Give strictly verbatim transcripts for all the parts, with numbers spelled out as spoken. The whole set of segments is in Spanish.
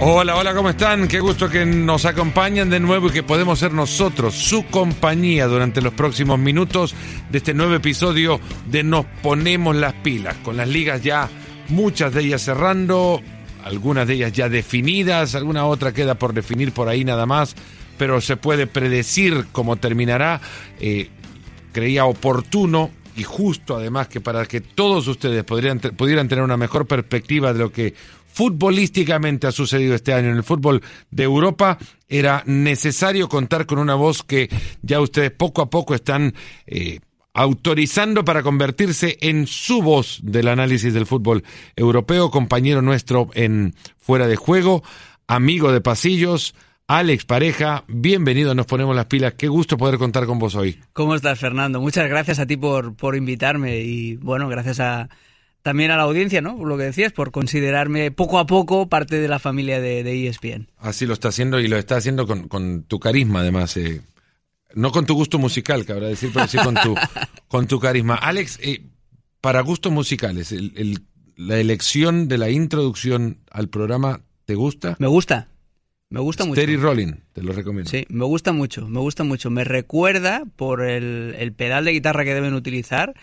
Hola, hola, ¿cómo están? Qué gusto que nos acompañan de nuevo y que podemos ser nosotros su compañía durante los próximos minutos de este nuevo episodio de Nos Ponemos las Pilas, con las ligas ya, muchas de ellas cerrando, algunas de ellas ya definidas, alguna otra queda por definir por ahí nada más, pero se puede predecir cómo terminará. Eh, creía oportuno y justo además que para que todos ustedes podrían, pudieran tener una mejor perspectiva de lo que futbolísticamente ha sucedido este año en el fútbol de Europa, era necesario contar con una voz que ya ustedes poco a poco están eh, autorizando para convertirse en su voz del análisis del fútbol europeo, compañero nuestro en Fuera de Juego, amigo de pasillos, Alex Pareja. Bienvenido, Nos Ponemos las Pilas. Qué gusto poder contar con vos hoy. ¿Cómo estás, Fernando? Muchas gracias a ti por, por invitarme y, bueno, gracias a también a la audiencia, ¿no? Por lo que decías, por considerarme poco a poco parte de la familia de, de E S P N. Así lo está haciendo y lo está haciendo con, con tu carisma, además. Eh, no con tu gusto musical, cabrá decir, pero sí con tu, con tu carisma. Alex, eh, para gustos musicales, el, el, ¿la elección de la introducción al programa te gusta? Me gusta. Me gusta mucho. Steady Rolling, te lo recomiendo. Sí, me gusta mucho, me gusta mucho. Me recuerda, por el, el pedal de guitarra que deben utilizar,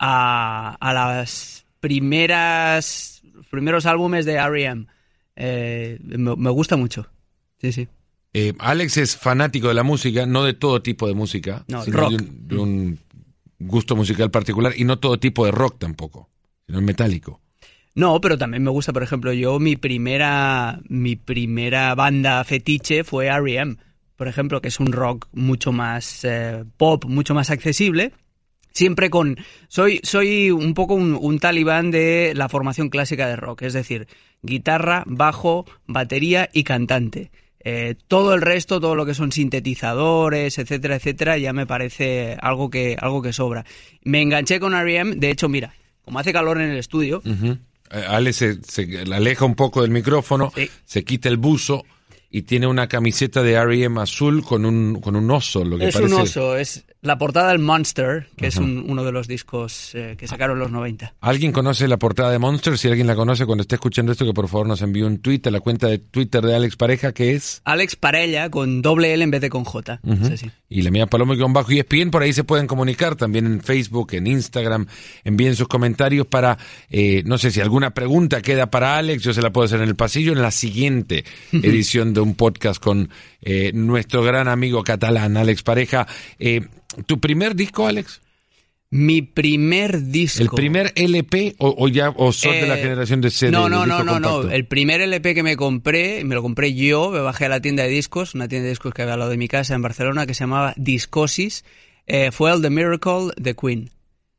a, a las primeras primeros álbumes de R E M. Eh, me, me gusta mucho. Sí, sí. Eh, Alex es fanático de la música, no de todo tipo de música, no, sino rock. De, un, de un gusto musical particular, y no todo tipo de rock tampoco, sino metálico. No, pero también me gusta, por ejemplo, yo mi primera mi primera banda fetiche fue R E M, por ejemplo, que es un rock mucho más eh, pop, mucho más accesible. Siempre con... Soy soy un poco un, un talibán de la formación clásica de rock, es decir, guitarra, bajo, batería y cantante. Eh, todo el resto, todo lo que son sintetizadores, etcétera, etcétera, ya me parece algo que algo que sobra. Me enganché con R E M, de hecho, mira, como hace calor en el estudio... Uh-huh. Ale se, se aleja un poco del micrófono, sí. Se quita el buzo y tiene una camiseta de R E M azul con un con un oso, lo que es parece. un oso, es la portada del Monster, que uh-huh. es un, uno de los discos eh, que sacaron en los noventa. ¿Alguien conoce la portada de Monster? Si alguien la conoce, cuando esté escuchando esto, que por favor nos envíe un tweet a la cuenta de Twitter de Alex Pareja, que es... Alex Parella, con doble L en vez de con J. Uh-huh. Sí, sí. Y la mía Paloma-E S P N, por ahí se pueden comunicar, también en Facebook, en Instagram, envíen sus comentarios para, eh, no sé si alguna pregunta queda para Alex, yo se la puedo hacer en el pasillo, en la siguiente edición de un podcast con eh, nuestro gran amigo catalán, Alex Pareja. Eh, ¿Tu primer disco, Alex? Mi primer disco. ¿El primer L P o, o ya o sos eh, de la generación de C D? No, no, no, no, compacto? no. El primer L P que me compré, me lo compré yo, me bajé a la tienda de discos, una tienda de discos que había al lado de mi casa en Barcelona, que se llamaba Discosis, eh, fue el The Miracle de Queen.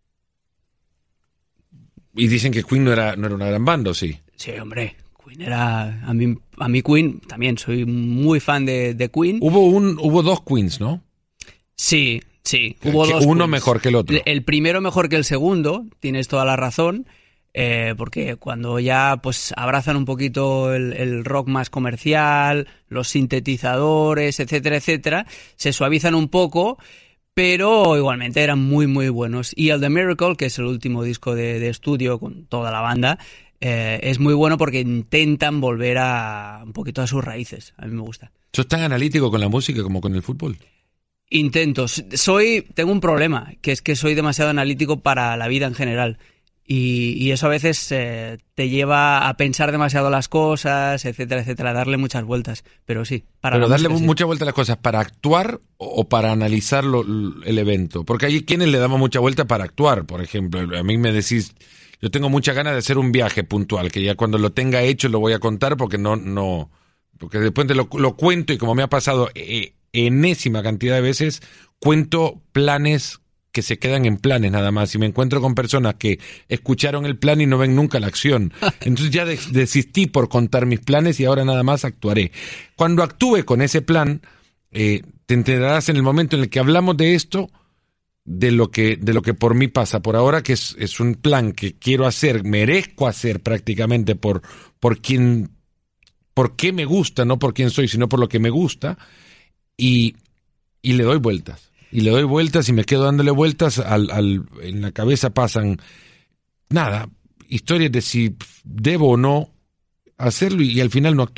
Y dicen que Queen no era, no era una gran banda, ¿o sí? Sí, hombre. Queen era... A mí, a mí Queen también, soy muy fan de, de Queen. Hubo, un, hubo dos Queens, ¿no? Sí, sí. Hubo que dos uno Queens. Mejor que el otro. El primero mejor que el segundo, tienes toda la razón, eh, porque cuando ya pues abrazan un poquito el, el rock más comercial, los sintetizadores, etcétera, etcétera, se suavizan un poco, pero igualmente eran muy, muy buenos. Y el The Miracle, que es el último disco de, de estudio con toda la banda, eh, es muy bueno porque intentan volver a un poquito a sus raíces. A mí me gusta. ¿Sos tan analítico con la música como con el fútbol? Intento. Soy, tengo un problema, que es que soy demasiado analítico para la vida en general. Y, y eso a veces eh, te lleva a pensar demasiado las cosas, etcétera, etcétera, darle muchas vueltas. Pero sí, para Pero la darle música, mucha sí. vuelta a las cosas, ¿para actuar o para analizar lo, el evento? Porque hay quienes le damos mucha vuelta para actuar, por ejemplo. A mí me decís, yo tengo muchas ganas de hacer un viaje puntual, que ya cuando lo tenga hecho lo voy a contar porque no, no, porque después te lo, lo cuento y como me ha pasado eh, enésima cantidad de veces, cuento planes que se quedan en planes nada más, y me encuentro con personas que escucharon el plan y no ven nunca la acción. Entonces ya des- desistí por contar mis planes y ahora nada más actuaré. Cuando actúe con ese plan, eh, te enterarás en el momento en el que hablamos de esto, de lo que, de lo que por mí pasa por ahora, que es, es un plan que quiero hacer, merezco hacer prácticamente por, por quien, por qué me gusta, no por quién soy, sino por lo que me gusta, y, y le doy vueltas. Y le doy vueltas y me quedo dándole vueltas, al, al, en la cabeza pasan, nada, historias de si debo o no hacerlo y, y al final no actúo.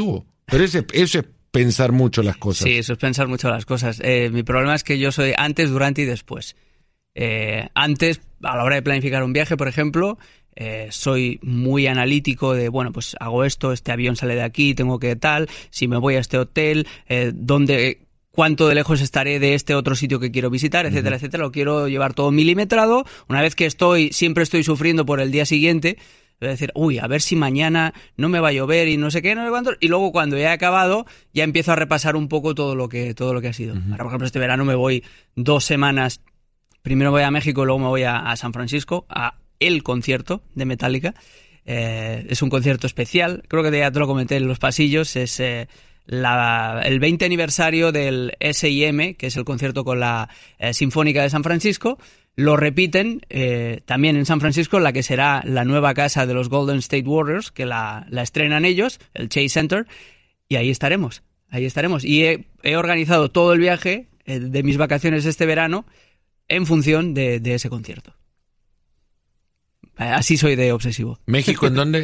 Pero ese, eso es pensar mucho las cosas. Sí, eso es pensar mucho las cosas. Eh, mi problema es que yo soy antes, durante y después. Eh, antes, a la hora de planificar un viaje, por ejemplo, eh, soy muy analítico de, bueno, pues hago esto, este avión sale de aquí, tengo que tal, si me voy a este hotel, eh, dónde, cuánto de lejos estaré de este otro sitio que quiero visitar, etcétera, uh-huh. etcétera. Lo quiero llevar todo milimetrado. Una vez que estoy, siempre estoy sufriendo por el día siguiente. Voy a decir, uy, a ver si mañana no me va a llover y no sé qué, no sé cuánto. Y luego cuando ya he acabado, ya empiezo a repasar un poco todo lo que, todo lo que ha sido. Uh-huh. Ahora, por ejemplo, este verano me voy dos semanas. Primero voy a México y luego me voy a, a San Francisco, a el concierto de Metallica. Eh, es un concierto especial. Creo que ya te lo comenté en los pasillos. Es eh, la, el veinte aniversario del S I M, que es el concierto con la eh, Sinfónica de San Francisco. Lo repiten eh, también en San Francisco, en la que será la nueva casa de los Golden State Warriors, que la, la estrenan ellos, el Chase Center, y ahí estaremos, ahí estaremos. Y he, he organizado todo el viaje eh, de mis vacaciones este verano en función de, de ese concierto. Así soy de obsesivo. ¿México en dónde?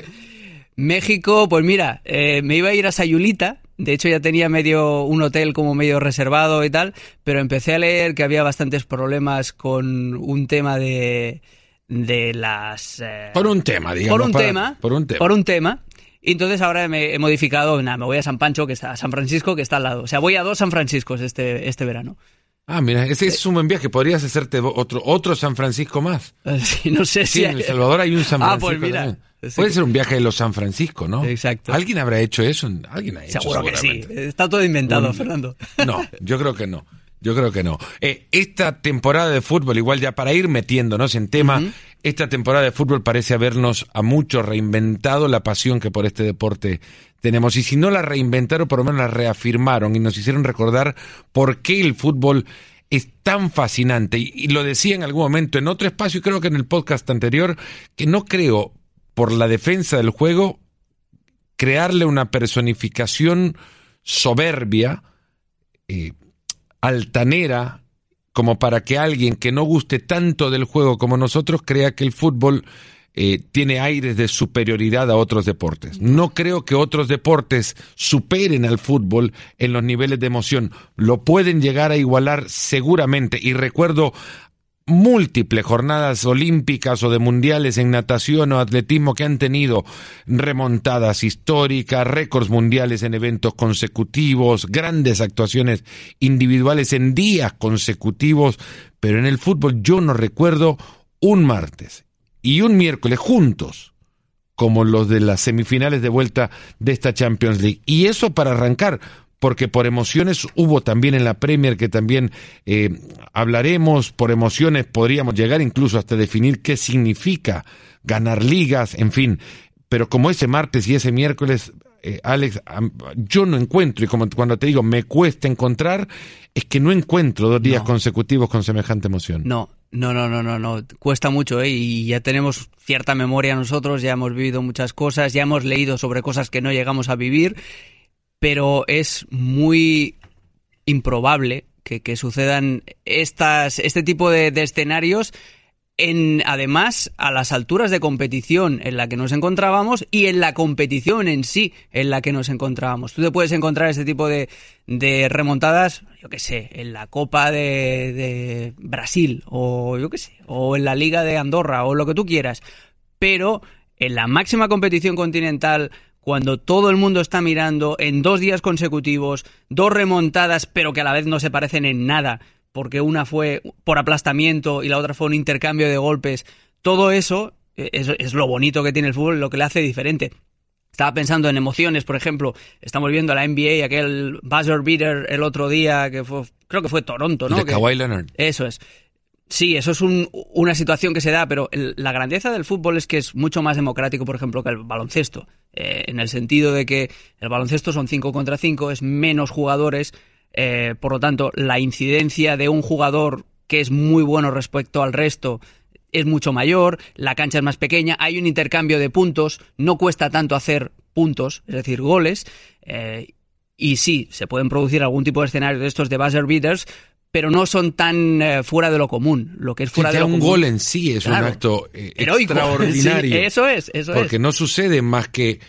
México, pues mira, eh, me iba a ir a Sayulita. De hecho, ya tenía medio un hotel como medio reservado y tal, pero empecé a leer que había bastantes problemas con un tema de, de las... Eh, por un tema, digamos. Por un, para, tema, por un tema. Por un tema. Y entonces ahora me he modificado, nada, me voy a San Pancho, que está a San Francisco, que está al lado. O sea, voy a dos San Franciscos este, este verano. Ah, mira, ese es un buen viaje. Podrías hacerte otro otro San Francisco más. Sí, no sé sí, si... en El Salvador hay un San Francisco. Ah, pues mira. También. Puede ser un viaje de los San Francisco, ¿no? Exacto. ¿Alguien habrá hecho eso? ¿Alguien ha hecho? Seguro que sí. Está todo inventado, un... Fernando. No, yo creo que no. Yo creo que no. Eh, esta temporada de fútbol, igual ya para ir metiéndonos en tema, uh-huh. esta temporada de fútbol parece habernos a muchos reinventado la pasión que por este deporte tenemos. Y si no la reinventaron, por lo menos la reafirmaron y nos hicieron recordar por qué el fútbol es tan fascinante. Y, y lo decía en algún momento en otro espacio, creo que en el podcast anterior, que no creo, por la defensa del juego, crearle una personificación soberbia, eh, altanera, como para que alguien que no guste tanto del juego como nosotros crea que el fútbol eh, tiene aires de superioridad a otros deportes. No creo que otros deportes superen al fútbol en los niveles de emoción. Lo pueden llegar a igualar seguramente. Y recuerdo múltiples jornadas olímpicas o de mundiales en natación o atletismo que han tenido remontadas históricas, récords mundiales en eventos consecutivos, grandes actuaciones individuales en días consecutivos, pero en el fútbol yo no recuerdo un martes y un miércoles juntos como los de las semifinales de vuelta de esta Champions League. Y eso para arrancar, porque por emociones hubo también en la Premier, que también eh, hablaremos, por emociones podríamos llegar incluso hasta definir qué significa ganar ligas, en fin. Pero como ese martes y ese miércoles, eh, Alex, yo no encuentro, y como cuando te digo me cuesta encontrar, es que no encuentro dos días no. consecutivos con semejante emoción. No, no, no, no, no, no. Cuesta mucho, ¿eh? Y ya tenemos cierta memoria nosotros, ya hemos vivido muchas cosas, ya hemos leído sobre cosas que no llegamos a vivir, pero es muy improbable que, que sucedan estas, este tipo de, de escenarios en, además, a las alturas de competición en la que nos encontrábamos y en la competición en sí en la que nos encontrábamos. Tú te puedes encontrar este tipo de, de remontadas, yo qué sé, en la Copa de, de Brasil o yo qué sé, o en la Liga de Andorra o lo que tú quieras, pero en la máxima competición continental, cuando todo el mundo está mirando en dos días consecutivos, dos remontadas, pero que a la vez no se parecen en nada, porque una fue por aplastamiento y la otra fue un intercambio de golpes, todo eso es, es lo bonito que tiene el fútbol, lo que le hace diferente. Estaba pensando en emociones, por ejemplo, estamos viendo la N B A, aquel buzzer beater el otro día, que fue, creo que fue Toronto, ¿no? De que, Kawhi Leonard. Eso es. Sí, eso es un, una situación que se da, pero el, la grandeza del fútbol es que es mucho más democrático, por ejemplo, que el baloncesto. Eh, en el sentido de que el baloncesto son cinco contra cinco, es menos jugadores, eh, por lo tanto, la incidencia de un jugador que es muy bueno respecto al resto es mucho mayor, la cancha es más pequeña, hay un intercambio de puntos, no cuesta tanto hacer puntos, es decir, goles, eh, y sí, se pueden producir algún tipo de escenario de estos de buzzer beaters, pero no son tan eh, fuera de lo común. Lo que es fuera sí, de lo un común. gol en sí es claro, un acto eh, heroico. extraordinario. Sí, eso es, eso porque es. no sucede más que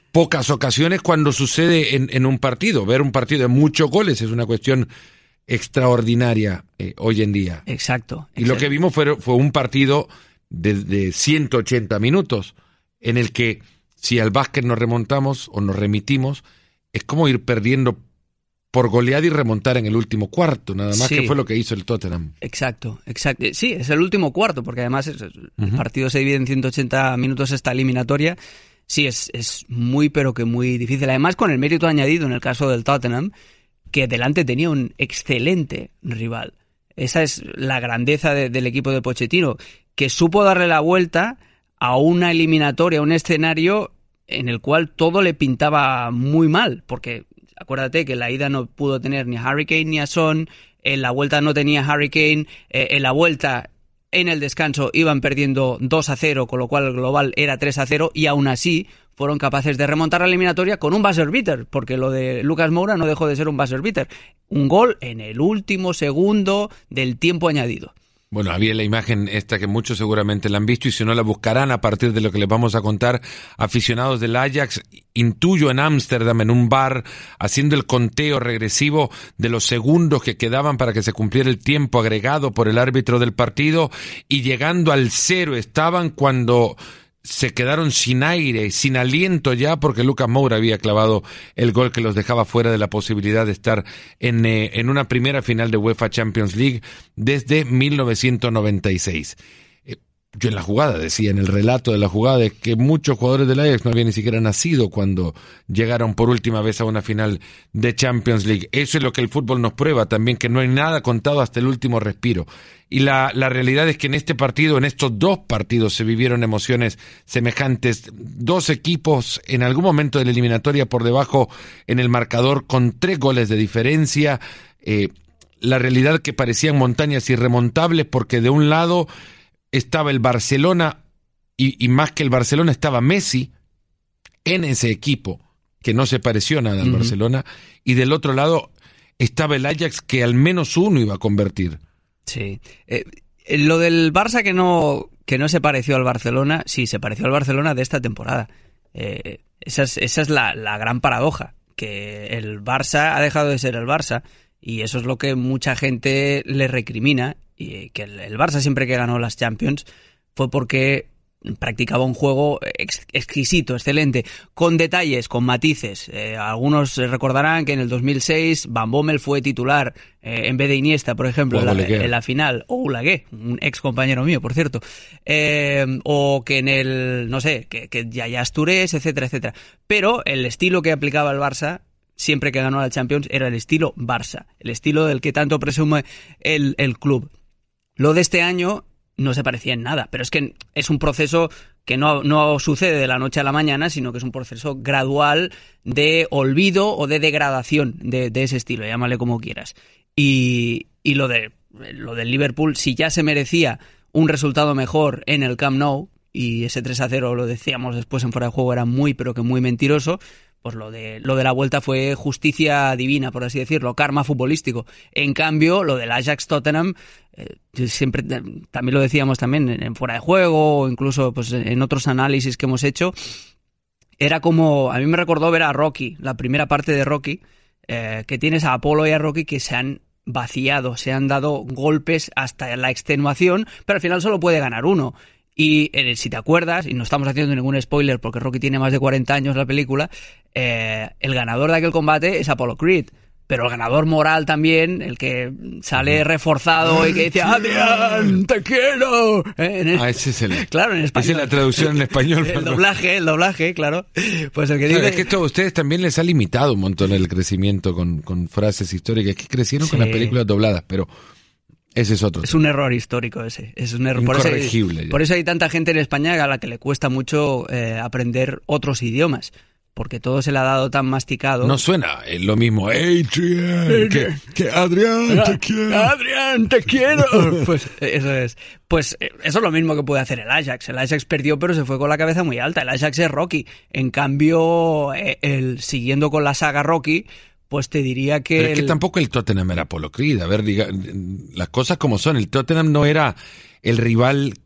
pocas ocasiones cuando sucede en, en un partido. Ver un partido de muchos goles es una cuestión extraordinaria eh, hoy en día. Exacto, exacto. Y lo que vimos fue, fue un partido de, de ciento ochenta minutos en el que si al básquet nos remontamos o nos remitimos, es como ir perdiendo por goleada y remontar en el último cuarto, nada más, sí. Que fue lo que hizo el Tottenham. Exacto, exacto. Sí, es el último cuarto, porque además es, el uh-huh. partido se divide en ciento ochenta minutos esta eliminatoria. Sí, es, es muy, pero que muy difícil. Además, con el mérito añadido en el caso del Tottenham, que delante tenía un excelente rival. Esa es la grandeza de, del equipo de Pochettino, que supo darle la vuelta a una eliminatoria, a un escenario en el cual todo le pintaba muy mal, porque acuérdate que en la ida no pudo tener ni a Harry Kane ni a Son, en la vuelta no tenía a Harry Kane, eh, en la vuelta en el descanso iban perdiendo dos a cero, con lo cual el global era tres a cero, y aún así fueron capaces de remontar la eliminatoria con un buzzer beater, porque lo de Lucas Moura no dejó de ser un buzzer beater. Un gol en el último segundo del tiempo añadido. Bueno, había la imagen esta que muchos seguramente la han visto y si no la buscarán a partir de lo que les vamos a contar, aficionados del Ajax, intuyo en Ámsterdam, en un bar, haciendo el conteo regresivo de los segundos que quedaban para que se cumpliera el tiempo agregado por el árbitro del partido y llegando al cero estaban cuando se quedaron sin aire, sin aliento ya, porque Lucas Moura había clavado el gol que los dejaba fuera de la posibilidad de estar en, eh, en una primera final de UEFA Champions League desde mil novecientos noventa y seis. Eh, yo en la jugada decía, en el relato de la jugada, de que muchos jugadores del Ajax no habían ni siquiera nacido cuando llegaron por última vez a una final de Champions League. Eso es lo que el fútbol nos prueba también, que no hay nada contado hasta el último respiro. Y la, la realidad es que en este partido, en estos dos partidos, se vivieron emociones semejantes. Dos equipos en algún momento de la eliminatoria por debajo en el marcador con tres goles de diferencia. Eh, la realidad que parecían montañas irremontables porque de un lado estaba el Barcelona y, y más que el Barcelona estaba Messi en ese equipo que no se pareció nada al uh-huh. Barcelona, y del otro lado estaba el Ajax que al menos uno iba a convertir. Sí. Eh, lo del Barça que no, que no se pareció al Barcelona, sí, se pareció al Barcelona de esta temporada. Eh, esa es, esa es la, la gran paradoja, que el Barça ha dejado de ser el Barça, y eso es lo que mucha gente le recrimina, y que el, el Barça siempre que ganó las Champions fue porque practicaba un juego ex, exquisito, excelente, con detalles, con matices. Eh, algunos recordarán que en el dos mil seis Van Bommel fue titular eh, en vez de Iniesta, por ejemplo, en la, en la final. O Ulagué, un ex compañero mío, por cierto. Eh, o que en el, no sé, que, que Yaya Tourés, etcétera, etcétera. Pero el estilo que aplicaba el Barça siempre que ganó la Champions era el estilo Barça, el estilo del que tanto presume el, el club. Lo de este año no se parecía en nada, pero es que es un proceso que no, no sucede de la noche a la mañana, sino que es un proceso gradual de olvido o de degradación de, de ese estilo, llámale como quieras. Y, y lo, de, lo del Liverpool, si ya se merecía un resultado mejor en el Camp Nou, y ese tres a cero, lo decíamos después en fuera de juego, era muy pero que muy mentiroso, pues lo de lo de la vuelta fue justicia divina, por así decirlo, karma futbolístico. En cambio, lo del Ajax Tottenham, eh, siempre también lo decíamos también en, en fuera de juego o incluso pues en otros análisis que hemos hecho, era como, a mí me recordó ver a Rocky, la primera parte de Rocky, eh, que tienes a Apolo y a Rocky que se han vaciado, se han dado golpes hasta la extenuación, pero al final solo puede ganar uno. Y eh, si te acuerdas, y no estamos haciendo ningún spoiler porque Rocky tiene más de cuarenta años la película, eh, el ganador de aquel combate es Apollo Creed. Pero el ganador moral también, el que sale reforzado y que dice ¡Adrián, te quiero! ¿Eh? Ah, ese es el... Claro, en español. Esa es la traducción en español. El doblaje, el doblaje, claro. Pues el que claro, dice... es que esto a ustedes también les ha limitado un montón el crecimiento con, con frases históricas que crecieron sí. con las películas dobladas, pero... Ese es otro. Es un error histórico ese. Es un error. Incorregible. Por eso, por eso hay tanta gente en España a la que le cuesta mucho eh, aprender otros idiomas. Porque todo se le ha dado tan masticado. No suena eh, lo mismo. Adrián, que, que Adrián, te quiero. Adrián, te quiero. Pues eso es. Pues eso es lo mismo que puede hacer el Ajax. El Ajax perdió, pero se fue con la cabeza muy alta. El Ajax es Rocky. En cambio, eh, el, siguiendo con la saga Rocky, pues te diría que... Pero es que el... tampoco el Tottenham era Apollo Creed. A ver, diga, las cosas como son. El Tottenham no era el rival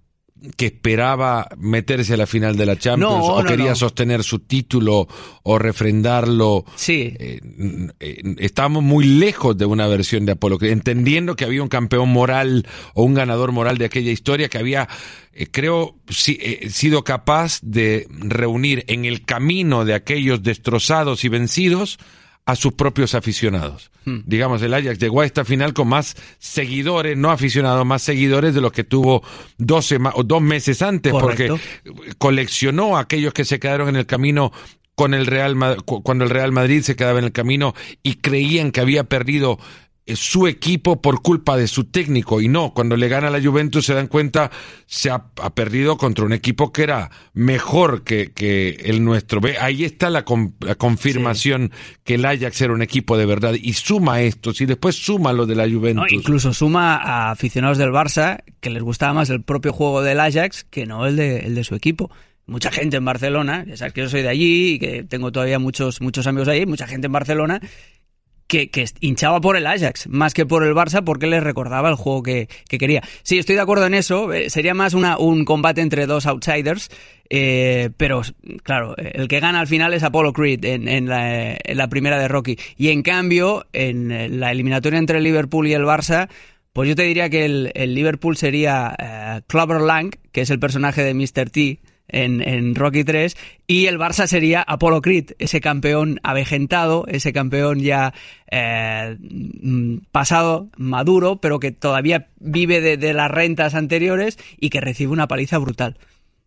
que esperaba meterse a la final de la Champions no, o no, quería no. sostener su título o refrendarlo. Sí. Eh, eh, estábamos muy lejos de una versión de Apolo Creed, entendiendo que había un campeón moral o un ganador moral de aquella historia que había, eh, creo, si, eh, sido capaz de reunir en el camino de aquellos destrozados y vencidos a sus propios aficionados. Hmm. Digamos, el Ajax llegó a esta final con más seguidores, no aficionados, más seguidores de los que tuvo doce o dos meses antes. Correcto. Porque coleccionó a aquellos que se quedaron en el camino con el Real cuando el Real Madrid se quedaba en el camino y creían que había perdido su equipo por culpa de su técnico, y no, cuando le gana a la Juventus se dan cuenta, se ha, ha perdido contra un equipo que era mejor que, que el nuestro. Ve, ahí está la, com, la confirmación sí. que el Ajax era un equipo de verdad, y suma esto, y después suma lo de la Juventus. No, incluso suma a aficionados del Barça que les gustaba más el propio juego del Ajax que no el de, el de su equipo. Mucha gente en Barcelona, ya sabes que yo soy de allí y que tengo todavía muchos, muchos amigos ahí, mucha gente en Barcelona Que, que hinchaba por el Ajax más que por el Barça porque les recordaba el juego que, que quería. Sí, estoy de acuerdo en eso. Sería más una, un combate entre dos outsiders, eh, pero claro, el que gana al final es Apollo Creed en, en, la, en la primera de Rocky. Y en cambio, en la eliminatoria entre el Liverpool y el Barça, pues yo te diría que el, el Liverpool sería eh, Clubber Lang, que es el personaje de míster T, En, en Rocky tres, y el Barça sería Apollo Creed, ese campeón avejentado, ese campeón ya eh, pasado, maduro, pero que todavía vive de, de las rentas anteriores y que recibe una paliza brutal.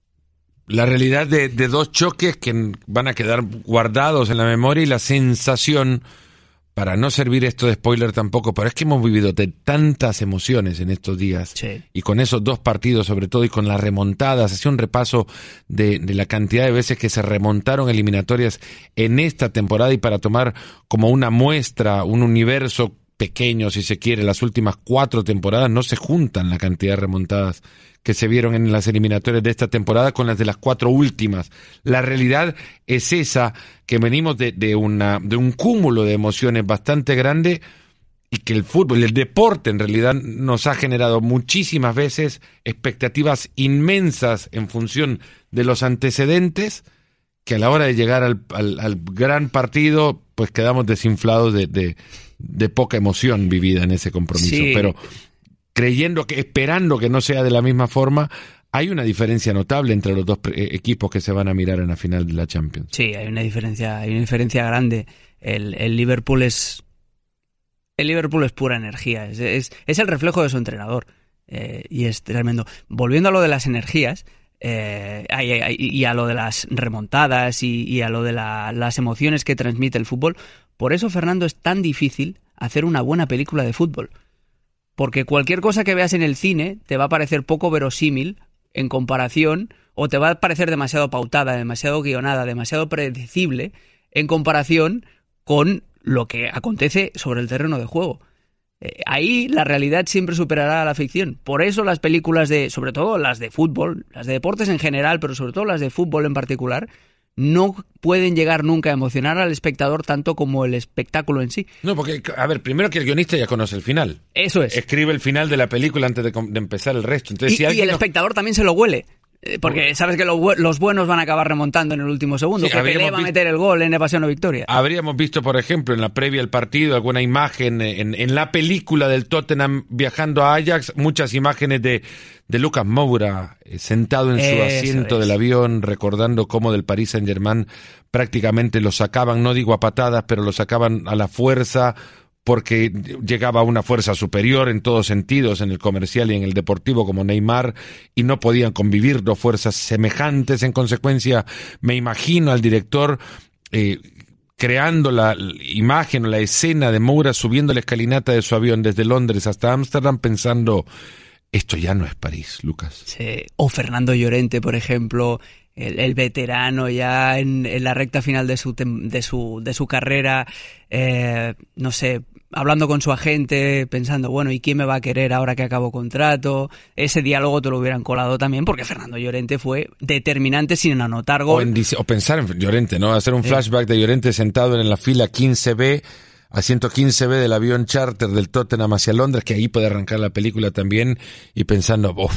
La realidad de, de dos choques que van a quedar guardados en la memoria, y la sensación, para no servir esto de spoiler tampoco, pero es que hemos vivido de tantas emociones en estos días, sí. y con esos dos partidos sobre todo, y con las remontadas, hacía un repaso de, de la cantidad de veces que se remontaron eliminatorias en esta temporada, y para tomar como una muestra, un universo pequeño, si se quiere, las últimas cuatro temporadas no se juntan la cantidad de remontadas que se vieron en las eliminatorias de esta temporada con las de las cuatro últimas. La realidad es esa, que venimos de, de, una, de un cúmulo de emociones bastante grande, y que el fútbol, el deporte en realidad nos ha generado muchísimas veces expectativas inmensas en función de los antecedentes, que a la hora de llegar al, al, al gran partido pues quedamos desinflados de, de, de poca emoción vivida en ese compromiso. Sí. Pero creyendo que, esperando que no sea de la misma forma, hay una diferencia notable entre los dos eh, equipos que se van a mirar en la final de la Champions. Sí, hay una diferencia, hay una diferencia grande. El, el Liverpool es el Liverpool es pura energía, es, es, es el reflejo de su entrenador, eh, y es tremendo. Volviendo a lo de las energías, eh, y a lo de las remontadas y, y a lo de la, las emociones que transmite el fútbol, por eso, Fernando, es tan difícil hacer una buena película de fútbol. Porque cualquier cosa que veas en el cine te va a parecer poco verosímil en comparación, o te va a parecer demasiado pautada, demasiado guionada, demasiado predecible en comparación con lo que acontece sobre el terreno de juego. Eh, ahí la realidad siempre superará a la ficción. Por eso las películas de, sobre todo las de fútbol, las de deportes en general, pero sobre todo las de fútbol en particular, no pueden llegar nunca a emocionar al espectador tanto como el espectáculo en sí. No, porque, a ver, primero que el guionista ya conoce el final. Eso es. Escribe el final de la película antes de, de empezar el resto. Entonces, y, si alguien y el no... espectador también se lo huele. Porque sabes que los, los buenos van a acabar remontando en el último segundo, sí, que Pelé va a meter el gol en Evasión o Victoria. Habríamos visto, por ejemplo, en la previa al partido, alguna imagen en, en la película del Tottenham viajando a Ajax, muchas imágenes de, de Lucas Moura eh, sentado en su Eso asiento es. del avión, recordando cómo del Paris Saint-Germain prácticamente lo sacaban, no digo a patadas, pero lo sacaban a la fuerza, porque llegaba una fuerza superior en todos sentidos, en el comercial y en el deportivo, como Neymar, y no podían convivir dos fuerzas semejantes. En consecuencia, me imagino al director eh, creando la imagen o la escena de Moura subiendo la escalinata de su avión desde Londres hasta Ámsterdam, pensando, esto ya no es París, Lucas. Sí. O Fernando Llorente, por ejemplo, el, el veterano ya en, en la recta final de su, de su, de su carrera, eh, no sé, hablando con su agente, pensando, bueno, ¿y quién me va a querer ahora que acabo contrato? Ese diálogo te lo hubieran colado también, porque Fernando Llorente fue determinante sin anotar gol. O, en, o pensar en Llorente, ¿no? Hacer un sí. flashback de Llorente sentado en la fila quince B, asiento quince B del avión charter del Tottenham hacia Londres, que ahí puede arrancar la película también, y pensando, uff,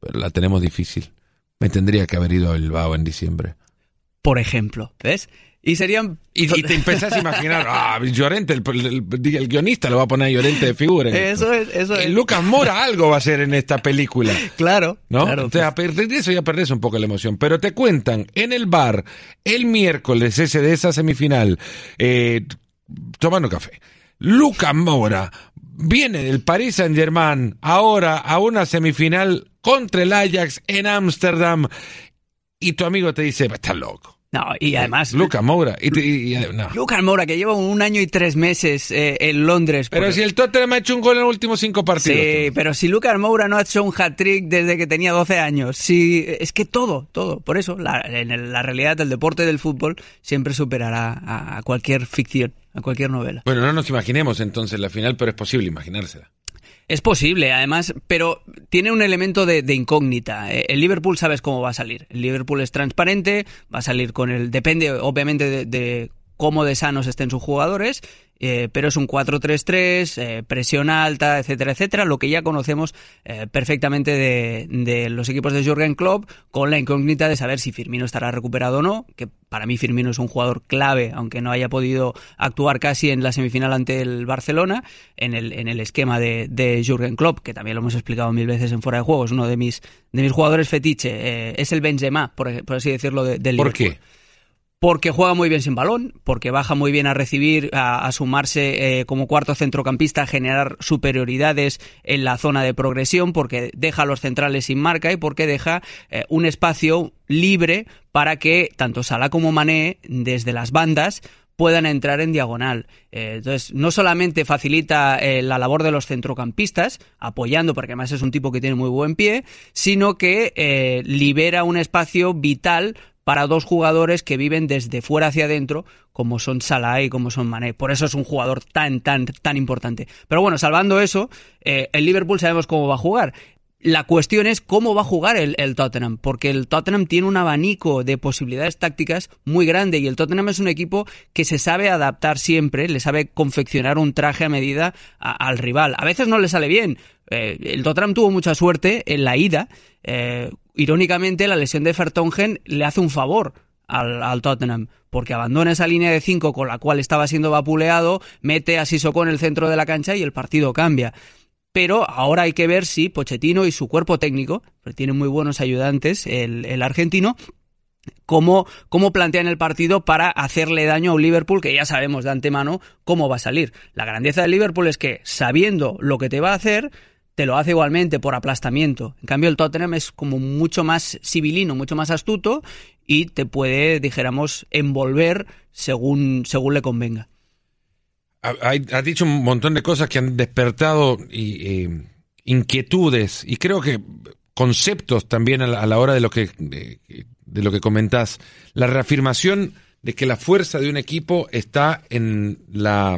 la tenemos difícil. Me tendría que haber ido a Bilbao en diciembre. Por ejemplo, ¿ves? Y serían... Y, y te empezás a imaginar, ah, Llorente, el, el, el guionista lo va a poner a Llorente de figura. En eso esto. es, eso es. Lucas Moura algo va a hacer en esta película. Claro, ¿no? claro. Entonces, a partir de eso ya perdés un poco la emoción. Pero te cuentan, en el bar, el miércoles ese de esa semifinal, eh, tomando café, Lucas Moura viene del Paris Saint-Germain ahora a una semifinal contra el Ajax en Ámsterdam y tu amigo te dice, estás loco. No, y además... Lucas Moura. Y, y, y, no. Lucas Moura, que lleva un año y tres meses eh, en Londres. Pero si el Tottenham ha hecho un gol en los últimos cinco partidos. Sí, pero si Lucas Moura no ha hecho un hat-trick desde que tenía doce años. Si, es que todo, todo. Por eso, la, en la realidad, el deporte del fútbol siempre superará a, a cualquier ficción, a cualquier novela. Bueno, no nos imaginemos entonces la final, pero es posible imaginársela. Es posible, además, pero tiene un elemento de, de incógnita. El Liverpool sabes cómo va a salir. El Liverpool es transparente, va a salir con el... Depende, obviamente, de, de cómo de sanos estén sus jugadores, eh, pero es un cuatro tres tres, eh, presión alta, etcétera, etcétera, lo que ya conocemos eh, perfectamente de, de los equipos de Jürgen Klopp, con la incógnita de saber si Firmino estará recuperado o no, que para mí Firmino es un jugador clave, aunque no haya podido actuar casi en la semifinal ante el Barcelona, en el, en el esquema de, de Jürgen Klopp, que también lo hemos explicado mil veces en Fuera de Juego, es uno de mis, de mis jugadores fetiche, eh, es el Benzema, por, por así decirlo, de, del Liverpool. ¿Por qué? Porque juega muy bien sin balón, porque baja muy bien a recibir, a, a sumarse eh, como cuarto centrocampista, a generar superioridades en la zona de progresión, porque deja a los centrales sin marca y porque deja eh, un espacio libre para que tanto Salah como Mané, desde las bandas, puedan entrar en diagonal. Eh, entonces, no solamente facilita eh, la labor de los centrocampistas, apoyando, porque además es un tipo que tiene muy buen pie, sino que eh, libera un espacio vital para dos jugadores que viven desde fuera hacia adentro, como son Salah y como son Mané. Por eso es un jugador tan, tan, tan importante. Pero bueno, salvando eso, eh, el Liverpool sabemos cómo va a jugar. La cuestión es cómo va a jugar el, el Tottenham, porque el Tottenham tiene un abanico de posibilidades tácticas muy grande y el Tottenham es un equipo que se sabe adaptar siempre, le sabe confeccionar un traje a medida a, al rival. A veces no le sale bien. Eh, el Tottenham tuvo mucha suerte en la ida. Eh, irónicamente, la lesión de Vertonghen le hace un favor al, al Tottenham, porque abandona esa línea de cinco con la cual estaba siendo vapuleado, mete a Sissoko en el centro de la cancha y el partido cambia. Pero ahora hay que ver si Pochettino y su cuerpo técnico, porque tiene muy buenos ayudantes, el, el argentino, cómo, cómo plantean el partido para hacerle daño a un Liverpool que ya sabemos de antemano cómo va a salir. La grandeza del Liverpool es que, sabiendo lo que te va a hacer, te lo hace igualmente por aplastamiento. En cambio, el Tottenham es como mucho más civilino, mucho más astuto y te puede, dijéramos, envolver según, según le convenga. Has dicho un montón de cosas que han despertado y, eh, inquietudes y creo que conceptos también a la, a la hora de lo que de, de lo que comentás. La reafirmación de que la fuerza de un equipo está en la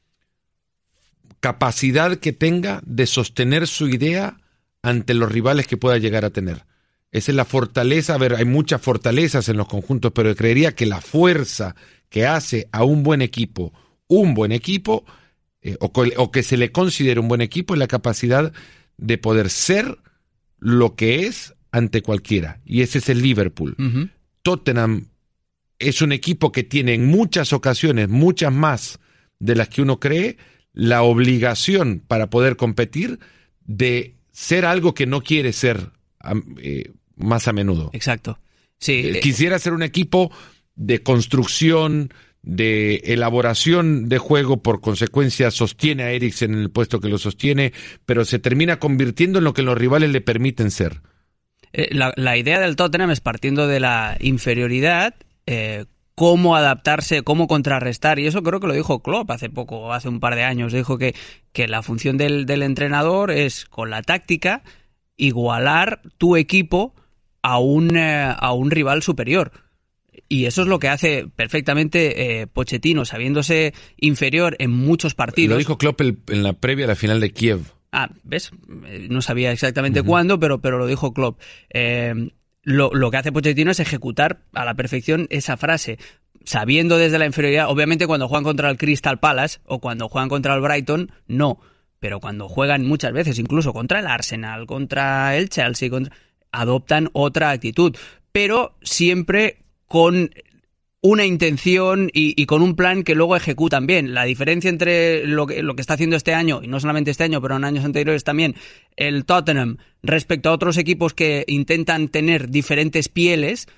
capacidad que tenga de sostener su idea ante los rivales que pueda llegar a tener. Esa es la fortaleza. A ver, hay muchas fortalezas en los conjuntos, pero creería que la fuerza que hace a un buen equipo un buen equipo, eh, o, o que se le considere un buen equipo, es la capacidad de poder ser lo que es ante cualquiera. Y ese es el Liverpool. Uh-huh. Tottenham es un equipo que tiene en muchas ocasiones, muchas más de las que uno cree, la obligación para poder competir de ser algo que no quiere ser eh, más a menudo. Exacto. Sí. Eh, quisiera ser un equipo de construcción, de elaboración de juego, por consecuencia sostiene a Eriksen en el puesto que lo sostiene, pero se termina convirtiendo en lo que los rivales le permiten ser. Eh, la, la idea del Tottenham es, partiendo de la inferioridad, eh, cómo adaptarse, cómo contrarrestar, y eso creo que lo dijo Klopp hace poco, hace un par de años, dijo que, que la función del, del entrenador es, con la táctica, igualar tu equipo a un, eh, a un rival superior. Y eso es lo que hace perfectamente eh, Pochettino, sabiéndose inferior en muchos partidos. Lo dijo Klopp el, en la previa a la final de Kiev. Ah, ¿ves? No sabía exactamente uh-huh. cuándo, pero, pero lo dijo Klopp. Eh, lo, lo que hace Pochettino es ejecutar a la perfección esa frase, sabiendo desde la inferioridad. Obviamente cuando juegan contra el Crystal Palace o cuando juegan contra el Brighton, no. Pero cuando juegan muchas veces, incluso contra el Arsenal, contra el Chelsea, contra... adoptan otra actitud, pero siempre con una intención y, y con un plan que luego ejecutan bien. La diferencia entre lo que, lo que está haciendo este año, y no solamente este año, pero en años anteriores también, el Tottenham respecto a otros equipos que intentan tener diferentes pieles,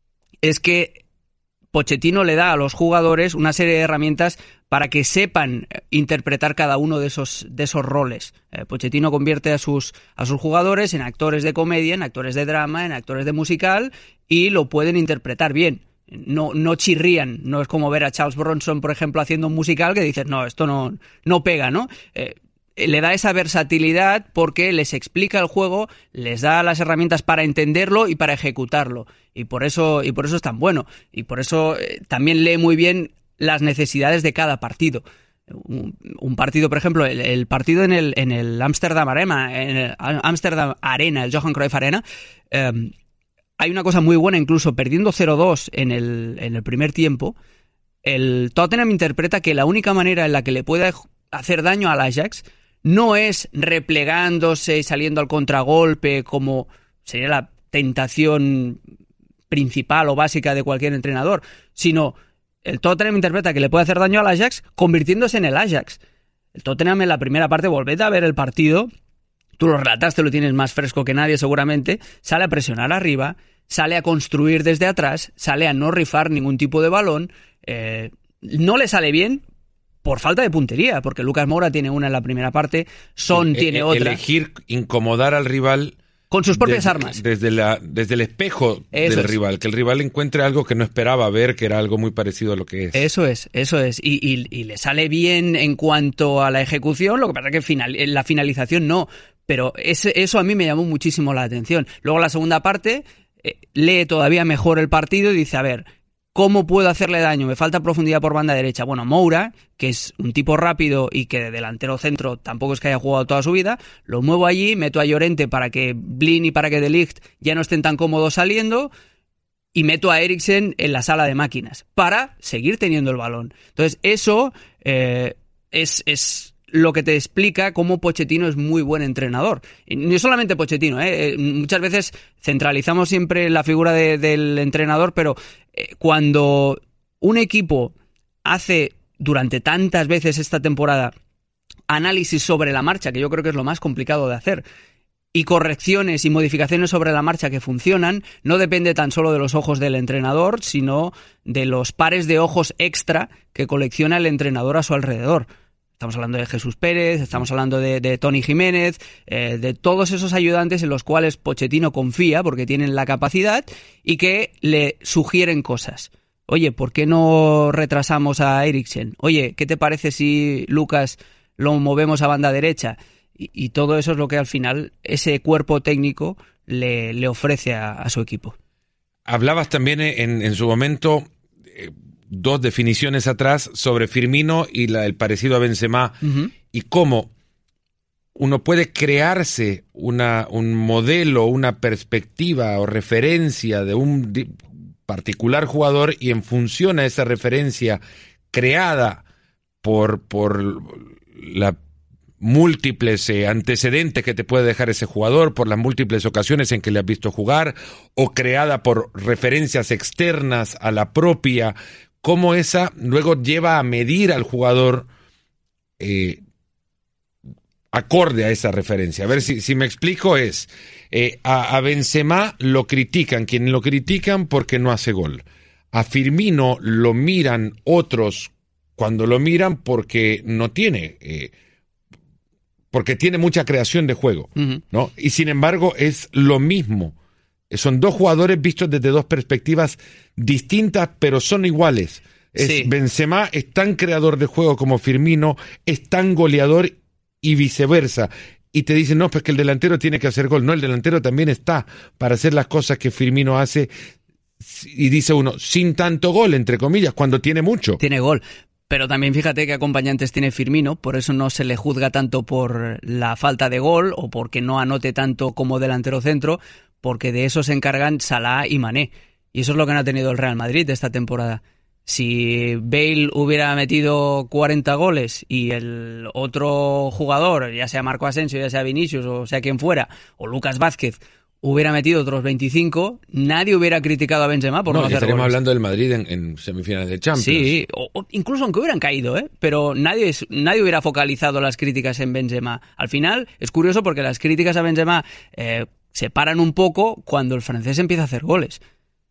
es que Pochettino le da a los jugadores una serie de herramientas para que sepan interpretar cada uno de esos, de esos roles. Eh, Pochettino convierte a sus, a sus jugadores en actores de comedia, en actores de drama, en actores de musical, y lo pueden interpretar bien. No, no chirrían, no es como ver a Charles Bronson, por ejemplo, haciendo un musical que dices, no, esto no, no pega, ¿no? Eh, le da esa versatilidad porque les explica el juego, les da las herramientas para entenderlo y para ejecutarlo. Y por eso, y por eso es tan bueno. Y por eso eh, también lee muy bien las necesidades de cada partido. Un, un partido, por ejemplo, el, el partido en el, en el Amsterdam Arena, en el Amsterdam Arena, el Johan Cruyff Arena, eh, hay una cosa muy buena, incluso perdiendo cero dos en el, en el primer tiempo, el Tottenham interpreta que la única manera en la que le puede hacer daño al Ajax no es replegándose y saliendo al contragolpe, como sería la tentación principal o básica de cualquier entrenador, sino el Tottenham interpreta que le puede hacer daño al Ajax convirtiéndose en el Ajax. El Tottenham en la primera parte, volved a ver el partido, tú lo relataste, lo tienes más fresco que nadie seguramente, sale a presionar arriba, sale a construir desde atrás, sale a no rifar ningún tipo de balón, eh, no le sale bien por falta de puntería, porque Lucas Moura tiene una en la primera parte, Son sí, tiene e- otra. Elegir incomodar al rival con sus propias desde, armas. Desde, la, desde el espejo Eso del es. rival, que el rival encuentre algo que no esperaba ver, que era algo muy parecido a lo que es. Eso es, eso es. Y, y, y le sale bien en cuanto a la ejecución, lo que pasa es que final, en la finalización no. Pero ese, eso a mí me llamó muchísimo la atención. Luego la segunda parte, eh, lee todavía mejor el partido y dice, a ver, ¿cómo puedo hacerle daño? Me falta profundidad por banda derecha. Bueno, Moura, que es un tipo rápido y que de delantero centro tampoco es que haya jugado toda su vida, lo muevo allí, meto a Llorente para que Blin y para que De Ligt ya no estén tan cómodos saliendo y meto a Eriksen en la sala de máquinas para seguir teniendo el balón. Entonces eso eh, es... es lo que te explica cómo Pochettino es muy buen entrenador. Y no solamente Pochettino, ¿eh? Muchas veces centralizamos siempre la figura de, del entrenador, pero eh, cuando un equipo hace durante tantas veces esta temporada análisis sobre la marcha, que yo creo que es lo más complicado de hacer, y correcciones y modificaciones sobre la marcha que funcionan, no depende tan solo de los ojos del entrenador, sino de los pares de ojos extra que colecciona el entrenador a su alrededor. Estamos hablando de Jesús Pérez, estamos hablando de, de Tony Jiménez, eh, de todos esos ayudantes en los cuales Pochettino confía porque tienen la capacidad y que le sugieren cosas. Oye, ¿por qué no retrasamos a Eriksen? Oye, ¿qué te parece si Lucas lo movemos a banda derecha? Y, y todo eso es lo que al final ese cuerpo técnico le, le ofrece a, a su equipo. Hablabas también en, en su momento... Eh, dos definiciones atrás sobre Firmino y la, el parecido a Benzema, uh-huh. y cómo uno puede crearse una, un modelo, una perspectiva o referencia de un di- particular jugador y en función a esa referencia creada por, por la múltiples eh, antecedentes que te puede dejar ese jugador, por las múltiples ocasiones en que le has visto jugar, o creada por referencias externas a la propia, cómo esa luego lleva a medir al jugador eh, acorde a esa referencia. A ver si, si me explico, es eh, a, a Benzema lo critican, quienes lo critican porque no hace gol. A Firmino lo miran otros cuando lo miran porque no tiene, eh, porque tiene mucha creación de juego, uh-huh. ¿no? Y sin embargo es lo mismo. Son dos jugadores vistos desde dos perspectivas distintas, pero son iguales. Es, sí. Benzema es tan creador de juego como Firmino, es tan goleador y viceversa. Y te dicen, no, pues que el delantero tiene que hacer gol. No, el delantero también está para hacer las cosas que Firmino hace. Y dice uno, sin tanto gol, entre comillas, cuando tiene mucho. Tiene gol. Pero también fíjate qué acompañantes tiene Firmino, por eso no se le juzga tanto por la falta de gol o porque no anote tanto como delantero centro, porque de eso se encargan Salah y Mané. Y eso es lo que no ha tenido el Real Madrid esta temporada. Si Bale hubiera metido cuarenta goles y el otro jugador, ya sea Marco Asensio, ya sea Vinicius o sea quien fuera, o Lucas Vázquez, hubiera metido otros veinticinco, nadie hubiera criticado a Benzema por no, no hacer estaríamos goles. hablando del Madrid en, en semifinales de Champions. Sí, o, o incluso aunque hubieran caído, ¿eh? Pero nadie, nadie hubiera focalizado las críticas en Benzema. Al final, es curioso porque las críticas a Benzema eh, se paran un poco cuando el francés empieza a hacer goles.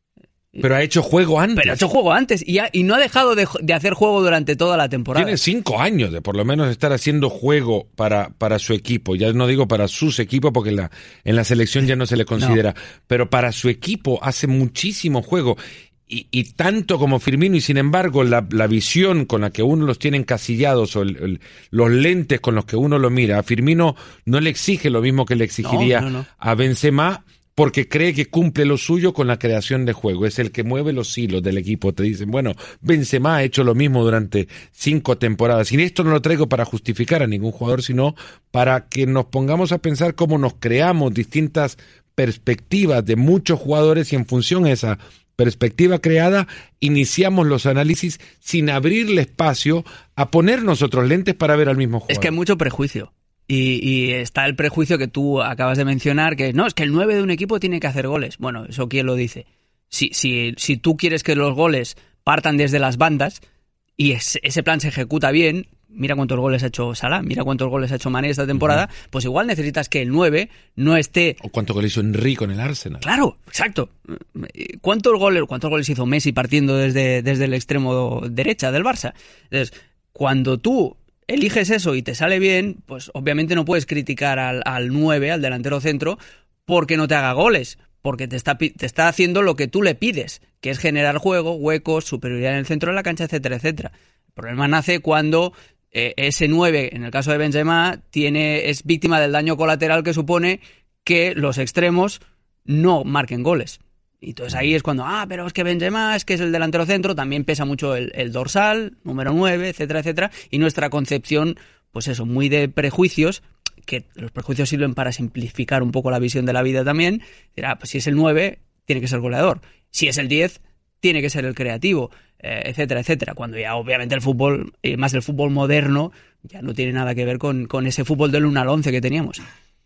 Pero ha hecho juego antes. Pero ha hecho juego antes y, ha, y no ha dejado de, de hacer juego durante toda la temporada. Tiene cinco años de por lo menos estar haciendo juego para, para su equipo. Ya no digo para sus equipos porque en la, en la selección ya no se le considera. No. Pero para su equipo hace muchísimo juego. Y, y tanto como Firmino, y sin embargo la, la visión con la que uno los tiene encasillados o el, el, los lentes con los que uno lo mira, a Firmino no le exige lo mismo que le exigiría no, no, no. a Benzema, porque cree que cumple lo suyo con la creación de juego. Es el que mueve los hilos del equipo. Te dicen, bueno, Benzema ha hecho lo mismo durante cinco temporadas. Y esto no lo traigo para justificar a ningún jugador, sino para que nos pongamos a pensar cómo nos creamos distintas perspectivas de muchos jugadores y en función a esa perspectiva creada, iniciamos los análisis sin abrirle espacio a ponernos otros lentes para ver al mismo jugador. Es que hay mucho prejuicio. Y, y está el prejuicio que tú acabas de mencionar, que no, es que el nueve de un equipo tiene que hacer goles. Bueno, ¿eso quién lo dice? Si, si, si tú quieres que los goles partan desde las bandas y ese, ese plan se ejecuta bien, mira cuántos goles ha hecho Salah, mira cuántos goles ha hecho Mané esta temporada, uh-huh. pues igual necesitas que el nueve no esté... O cuántos goles hizo Henry con el Arsenal. Claro, exacto. ¿Cuántos goles, cuántos goles hizo Messi partiendo desde, desde el extremo derecha del Barça? Entonces, cuando tú eliges eso y te sale bien, pues obviamente no puedes criticar al, al nueve, al delantero centro, porque no te haga goles, porque te está, te está haciendo lo que tú le pides, que es generar juego, huecos, superioridad en el centro de la cancha, etcétera, etcétera. El problema nace cuando eh, ese nueve, en el caso de Benzema, tiene, es víctima del daño colateral que supone que los extremos no marquen goles. Y entonces ahí es cuando, ah, pero es que Benzema, es que es el delantero centro, también pesa mucho el, el dorsal, número nueve, etcétera, etcétera, y nuestra concepción, pues eso, muy de prejuicios, que los prejuicios sirven para simplificar un poco la visión de la vida también, dirá, pues si es el nueve, tiene que ser goleador, si es el diez, tiene que ser el creativo, eh, etcétera, etcétera, cuando ya obviamente el fútbol, y más el fútbol moderno, ya no tiene nada que ver con, con ese fútbol del uno al once que teníamos.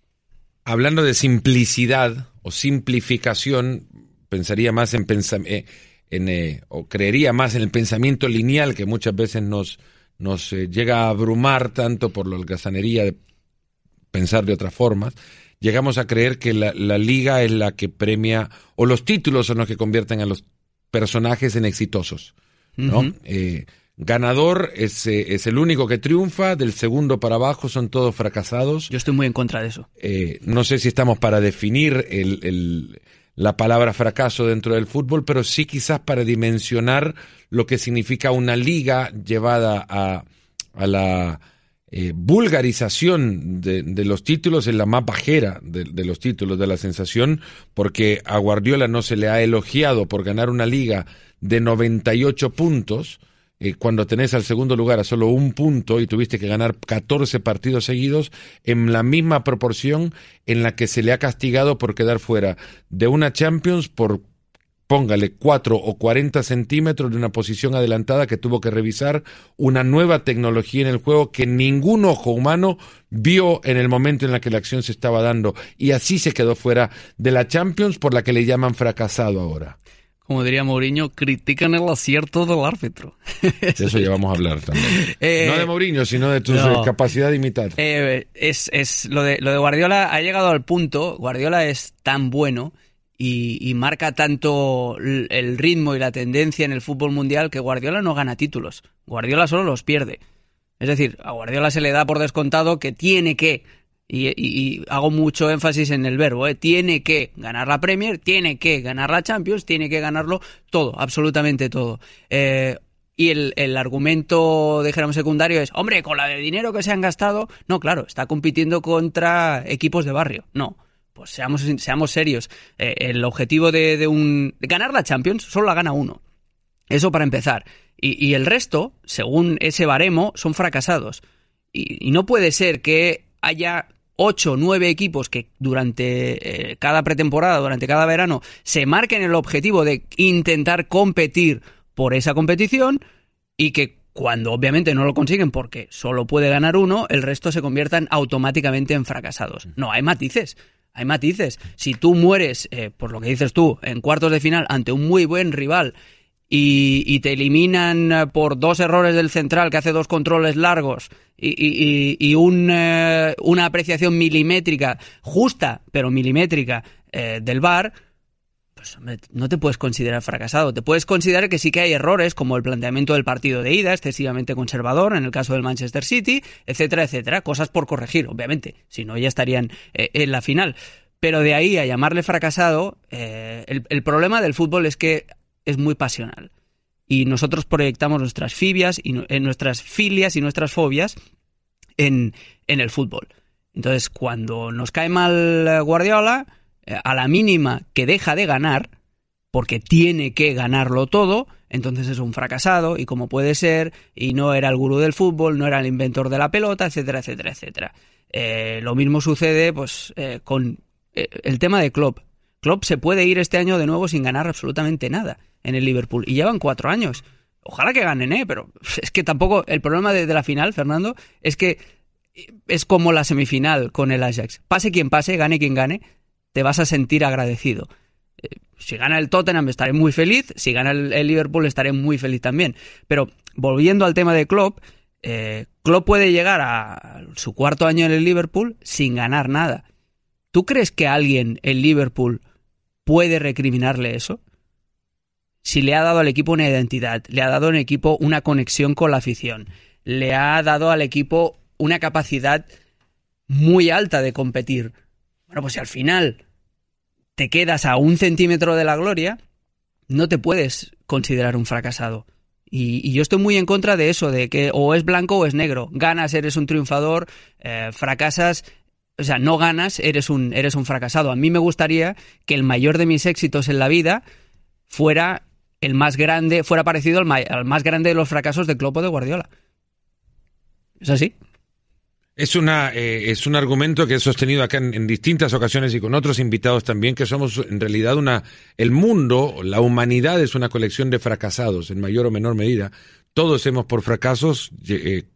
Hablando de simplicidad o simplificación, pensaría más en, pensam- eh, en eh, o creería más en el pensamiento lineal que muchas veces nos, nos eh, llega a abrumar tanto por la holgazanería de pensar de otras formas. Llegamos a creer que la, la liga es la que premia, o los títulos son los que convierten a los personajes en exitosos, ¿no? Uh-huh. Eh, ganador es, eh, es el único que triunfa, del segundo para abajo son todos fracasados. Yo estoy muy en contra de eso. Eh, no sé si estamos para definir el... el la palabra fracaso dentro del fútbol, pero sí quizás para dimensionar lo que significa una liga llevada a, a la eh, vulgarización de, de los títulos, en la más bajera de, de los títulos, de la sensación, porque a Guardiola no se le ha elogiado por ganar una liga de noventa y ocho puntos, Eh, cuando tenés al segundo lugar a solo un punto y tuviste que ganar catorce partidos seguidos, en la misma proporción en la que se le ha castigado por quedar fuera de una Champions por, póngale, cuatro o cuarenta centímetros de una posición adelantada que tuvo que revisar una nueva tecnología en el juego que ningún ojo humano vio en el momento en la que la acción se estaba dando, y así se quedó fuera de la Champions, por la que le llaman fracasado ahora. Como diría Mourinho, critican el acierto del árbitro. De eso ya vamos a hablar también. Eh, no de Mourinho, sino de tu no, capacidad de imitar. Eh, es, es lo de, lo de Guardiola ha llegado al punto, Guardiola es tan bueno y, y marca tanto el ritmo y la tendencia en el fútbol mundial que Guardiola no gana títulos. Guardiola solo los pierde. Es decir, a Guardiola se le da por descontado que tiene que... Y, y, y hago mucho énfasis en el verbo, ¿eh? Tiene que ganar la Premier, tiene que ganar la Champions, tiene que ganarlo todo, absolutamente todo. Eh, y el, el argumento, dijéramos, secundario es, hombre, con la de dinero que se han gastado, no, claro, está compitiendo contra equipos de barrio. No, pues seamos, seamos serios. Eh, el objetivo de, de un de ganar la Champions solo la gana uno. Eso para empezar. Y, y el resto, según ese baremo, son fracasados. Y, y no puede ser que haya ocho o nueve equipos que durante eh, cada pretemporada, durante cada verano, se marquen el objetivo de intentar competir por esa competición y que cuando obviamente no lo consiguen porque solo puede ganar uno, el resto se conviertan automáticamente en fracasados. No, hay matices. hay matices. Si tú mueres, eh, por lo que dices tú, en cuartos de final ante un muy buen rival y, y te eliminan por dos errores del central que hace dos controles largos y, y, y un, eh, una apreciación milimétrica, justa, pero milimétrica, eh, del V A R, pues hombre, no te puedes considerar fracasado. Te puedes considerar que sí que hay errores, como el planteamiento del partido de ida, excesivamente conservador, en el caso del Manchester City, etcétera, etcétera. Cosas por corregir, obviamente, si no ya estarían eh, en la final. Pero de ahí a llamarle fracasado, eh, el, el problema del fútbol es que es muy pasional. Y nosotros proyectamos nuestras fibias y eh, nuestras filias y nuestras fobias en, en el fútbol. Entonces, cuando nos cae mal Guardiola, eh, a la mínima que deja de ganar, porque tiene que ganarlo todo, entonces es un fracasado, y como puede ser, y no era el gurú del fútbol, no era el inventor de la pelota, etcétera, etcétera, etcétera. Eh, lo mismo sucede pues eh, con eh, el tema de Klopp. Klopp se puede ir este año de nuevo sin ganar absolutamente nada en el Liverpool, y llevan cuatro años. Ojalá que ganen, ¿eh? Pero es que tampoco... El problema de, de la final, Fernando, es que es como la semifinal con el Ajax. Pase quien pase, gane quien gane, te vas a sentir agradecido. Eh, si gana el Tottenham estaré muy feliz, si gana el, el Liverpool estaré muy feliz también. Pero volviendo al tema de Klopp, eh, Klopp puede llegar a, a su cuarto año en el Liverpool sin ganar nada. ¿Tú crees que alguien en Liverpool puede recriminarle eso? Si le ha dado al equipo una identidad, le ha dado al equipo una conexión con la afición, le ha dado al equipo una capacidad muy alta de competir. Bueno, pues si al final te quedas a un centímetro de la gloria, no te puedes considerar un fracasado. Y, y yo estoy muy en contra de eso, de que o es blanco o es negro. Ganas, eres un triunfador, eh, fracasas, o sea, no ganas, eres un, eres un fracasado. A mí me gustaría que el mayor de mis éxitos en la vida fuera el más grande, fuera parecido al, ma- al más grande de los fracasos de Klopp o de Guardiola. ¿Es así? Es una eh, es un argumento que he sostenido acá en, en distintas ocasiones y con otros invitados también, que somos en realidad una... El mundo, la humanidad es una colección de fracasados, en mayor o menor medida. Todos hemos por fracasos eh,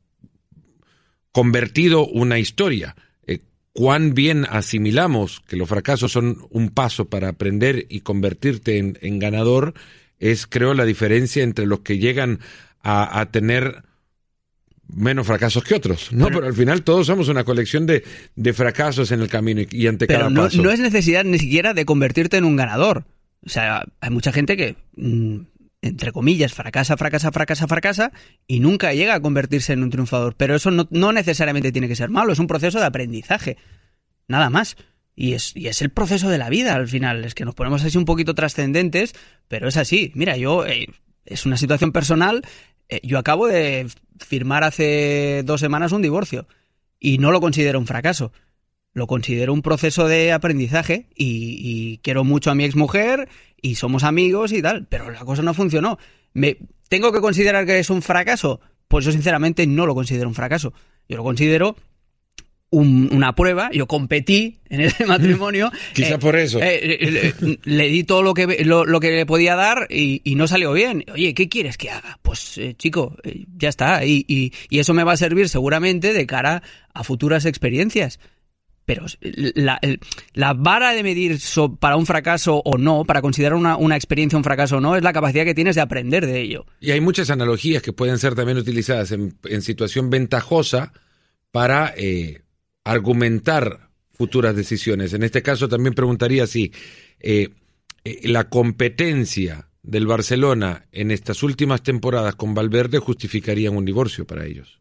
convertido una historia. Eh, cuán bien asimilamos que los fracasos son un paso para aprender y convertirte en, en ganador, es, creo, la diferencia entre los que llegan a, a tener menos fracasos que otros, ¿no? Pero, pero al final todos somos una colección de, de fracasos en el camino y, y ante pero cada no, paso. no es necesidad ni siquiera de convertirte en un ganador. O sea, hay mucha gente que, mmm, entre comillas, fracasa, fracasa, fracasa, fracasa y nunca llega a convertirse en un triunfador. Pero eso no, no necesariamente tiene que ser malo, es un proceso de aprendizaje. Nada más. Y es, y es el proceso de la vida al final. Es que nos ponemos así un poquito trascendentes, pero es así. Mira, yo... Eh, es una situación personal. Eh, yo acabo de firmar hace dos semanas un divorcio y no lo considero un fracaso. Lo considero un proceso de aprendizaje y, y quiero mucho a mi exmujer y somos amigos y tal, pero la cosa no funcionó. ¿Me tengo que considerar que es un fracaso? Pues yo sinceramente no lo considero un fracaso. Yo lo considero Un, una prueba. Yo competí en ese matrimonio. Quizá eh, por eso. Eh, eh, le, le di todo lo que lo, lo que le podía dar y, y no salió bien. Oye, ¿qué quieres que haga? Pues, eh, chico, eh, ya está. Y, y, y eso me va a servir seguramente de cara a futuras experiencias. Pero la, la vara de medir so, para un fracaso o no, para considerar una, una experiencia un fracaso o no, es la capacidad que tienes de aprender de ello. Y hay muchas analogías que pueden ser también utilizadas en, en situación ventajosa para... Eh, argumentar futuras decisiones. En este caso también preguntaría si eh, eh, la competencia del Barcelona en estas últimas temporadas con Valverde justificarían un divorcio para ellos.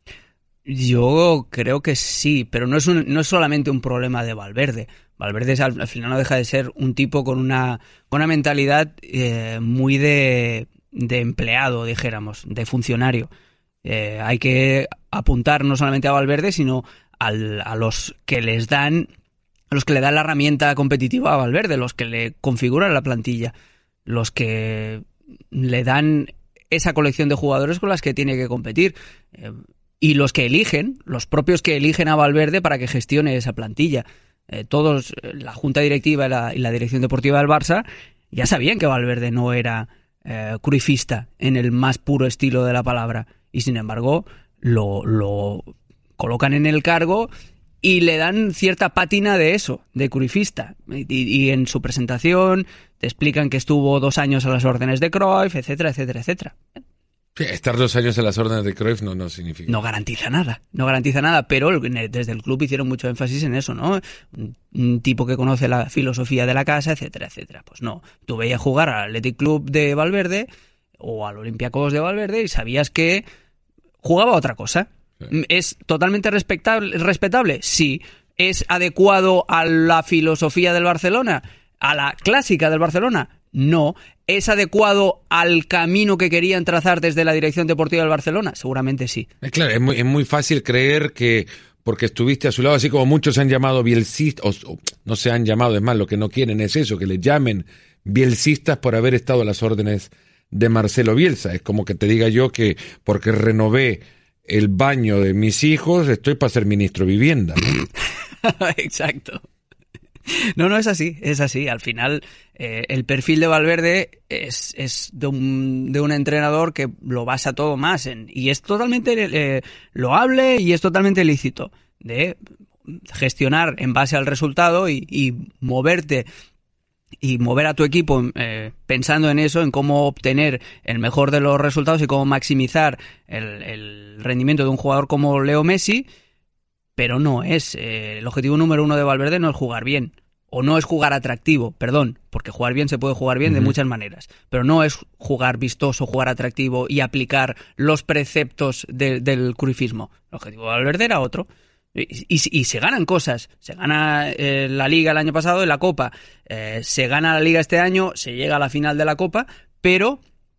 Yo creo que sí, pero no es, un, no es solamente un problema de Valverde. Valverde al, al final no deja de ser un tipo con una, con una mentalidad eh, muy de, de empleado, dijéramos, de funcionario. Eh, hay que apuntar no solamente a Valverde, sino Al, a los que les dan, a los que le dan la herramienta competitiva a Valverde, los que le configuran la plantilla, los que le dan esa colección de jugadores con las que tiene que competir, eh, y los que eligen, los propios que eligen a Valverde para que gestione esa plantilla. Eh, todos, la junta directiva y la, y la dirección deportiva del Barça ya sabían que Valverde no era eh, cruifista en el más puro estilo de la palabra, y sin embargo lo, lo colocan en el cargo y le dan cierta pátina de eso, de cruyffista. Y, y en su presentación te explican que estuvo dos años a las órdenes de Cruyff, etcétera, etcétera, etcétera. Sí, estar dos años a las órdenes de Cruyff no, no significa. No garantiza nada, no garantiza nada, pero desde el club hicieron mucho énfasis en eso, ¿no? Un, un tipo que conoce la filosofía de la casa, etcétera, etcétera. Pues no, tú veías jugar al Athletic Club de Valverde o al Olympiacos de Valverde y sabías que jugaba a otra cosa. Sí. ¿Es totalmente respetable, respetable? Sí. ¿Es adecuado a la filosofía del Barcelona? ¿A la clásica del Barcelona? No. ¿Es adecuado al camino que querían trazar desde la dirección deportiva del Barcelona? Seguramente sí. Claro, es muy, es muy fácil creer que porque estuviste a su lado, así como muchos se han llamado bielcistas, o, o no se han llamado, es más, lo que no quieren es eso, que les llamen bielcistas por haber estado a las órdenes de Marcelo Bielsa. Es como que te diga yo que porque renové el baño de mis hijos, estoy para ser ministro de vivienda, ¿no? Exacto. No, no es así, es así. Al final, eh, el perfil de Valverde es, es de, un, de un entrenador que lo basa todo más en, y es totalmente eh, loable y es totalmente lícito de gestionar en base al resultado y, y moverte y mover a tu equipo eh, pensando en eso, en cómo obtener el mejor de los resultados y cómo maximizar el, el rendimiento de un jugador como Leo Messi. Pero no es, eh, el objetivo número uno de Valverde no es jugar bien, o no es jugar atractivo, perdón, porque jugar bien se puede jugar bien uh-huh. de muchas maneras, pero no es jugar vistoso, jugar atractivo y aplicar los preceptos de, del cruyffismo. El objetivo de Valverde era otro. Y, y, y se ganan cosas, se gana eh, la Liga el año pasado y la Copa, eh, se gana la Liga este año, se llega a la final de la Copa, pero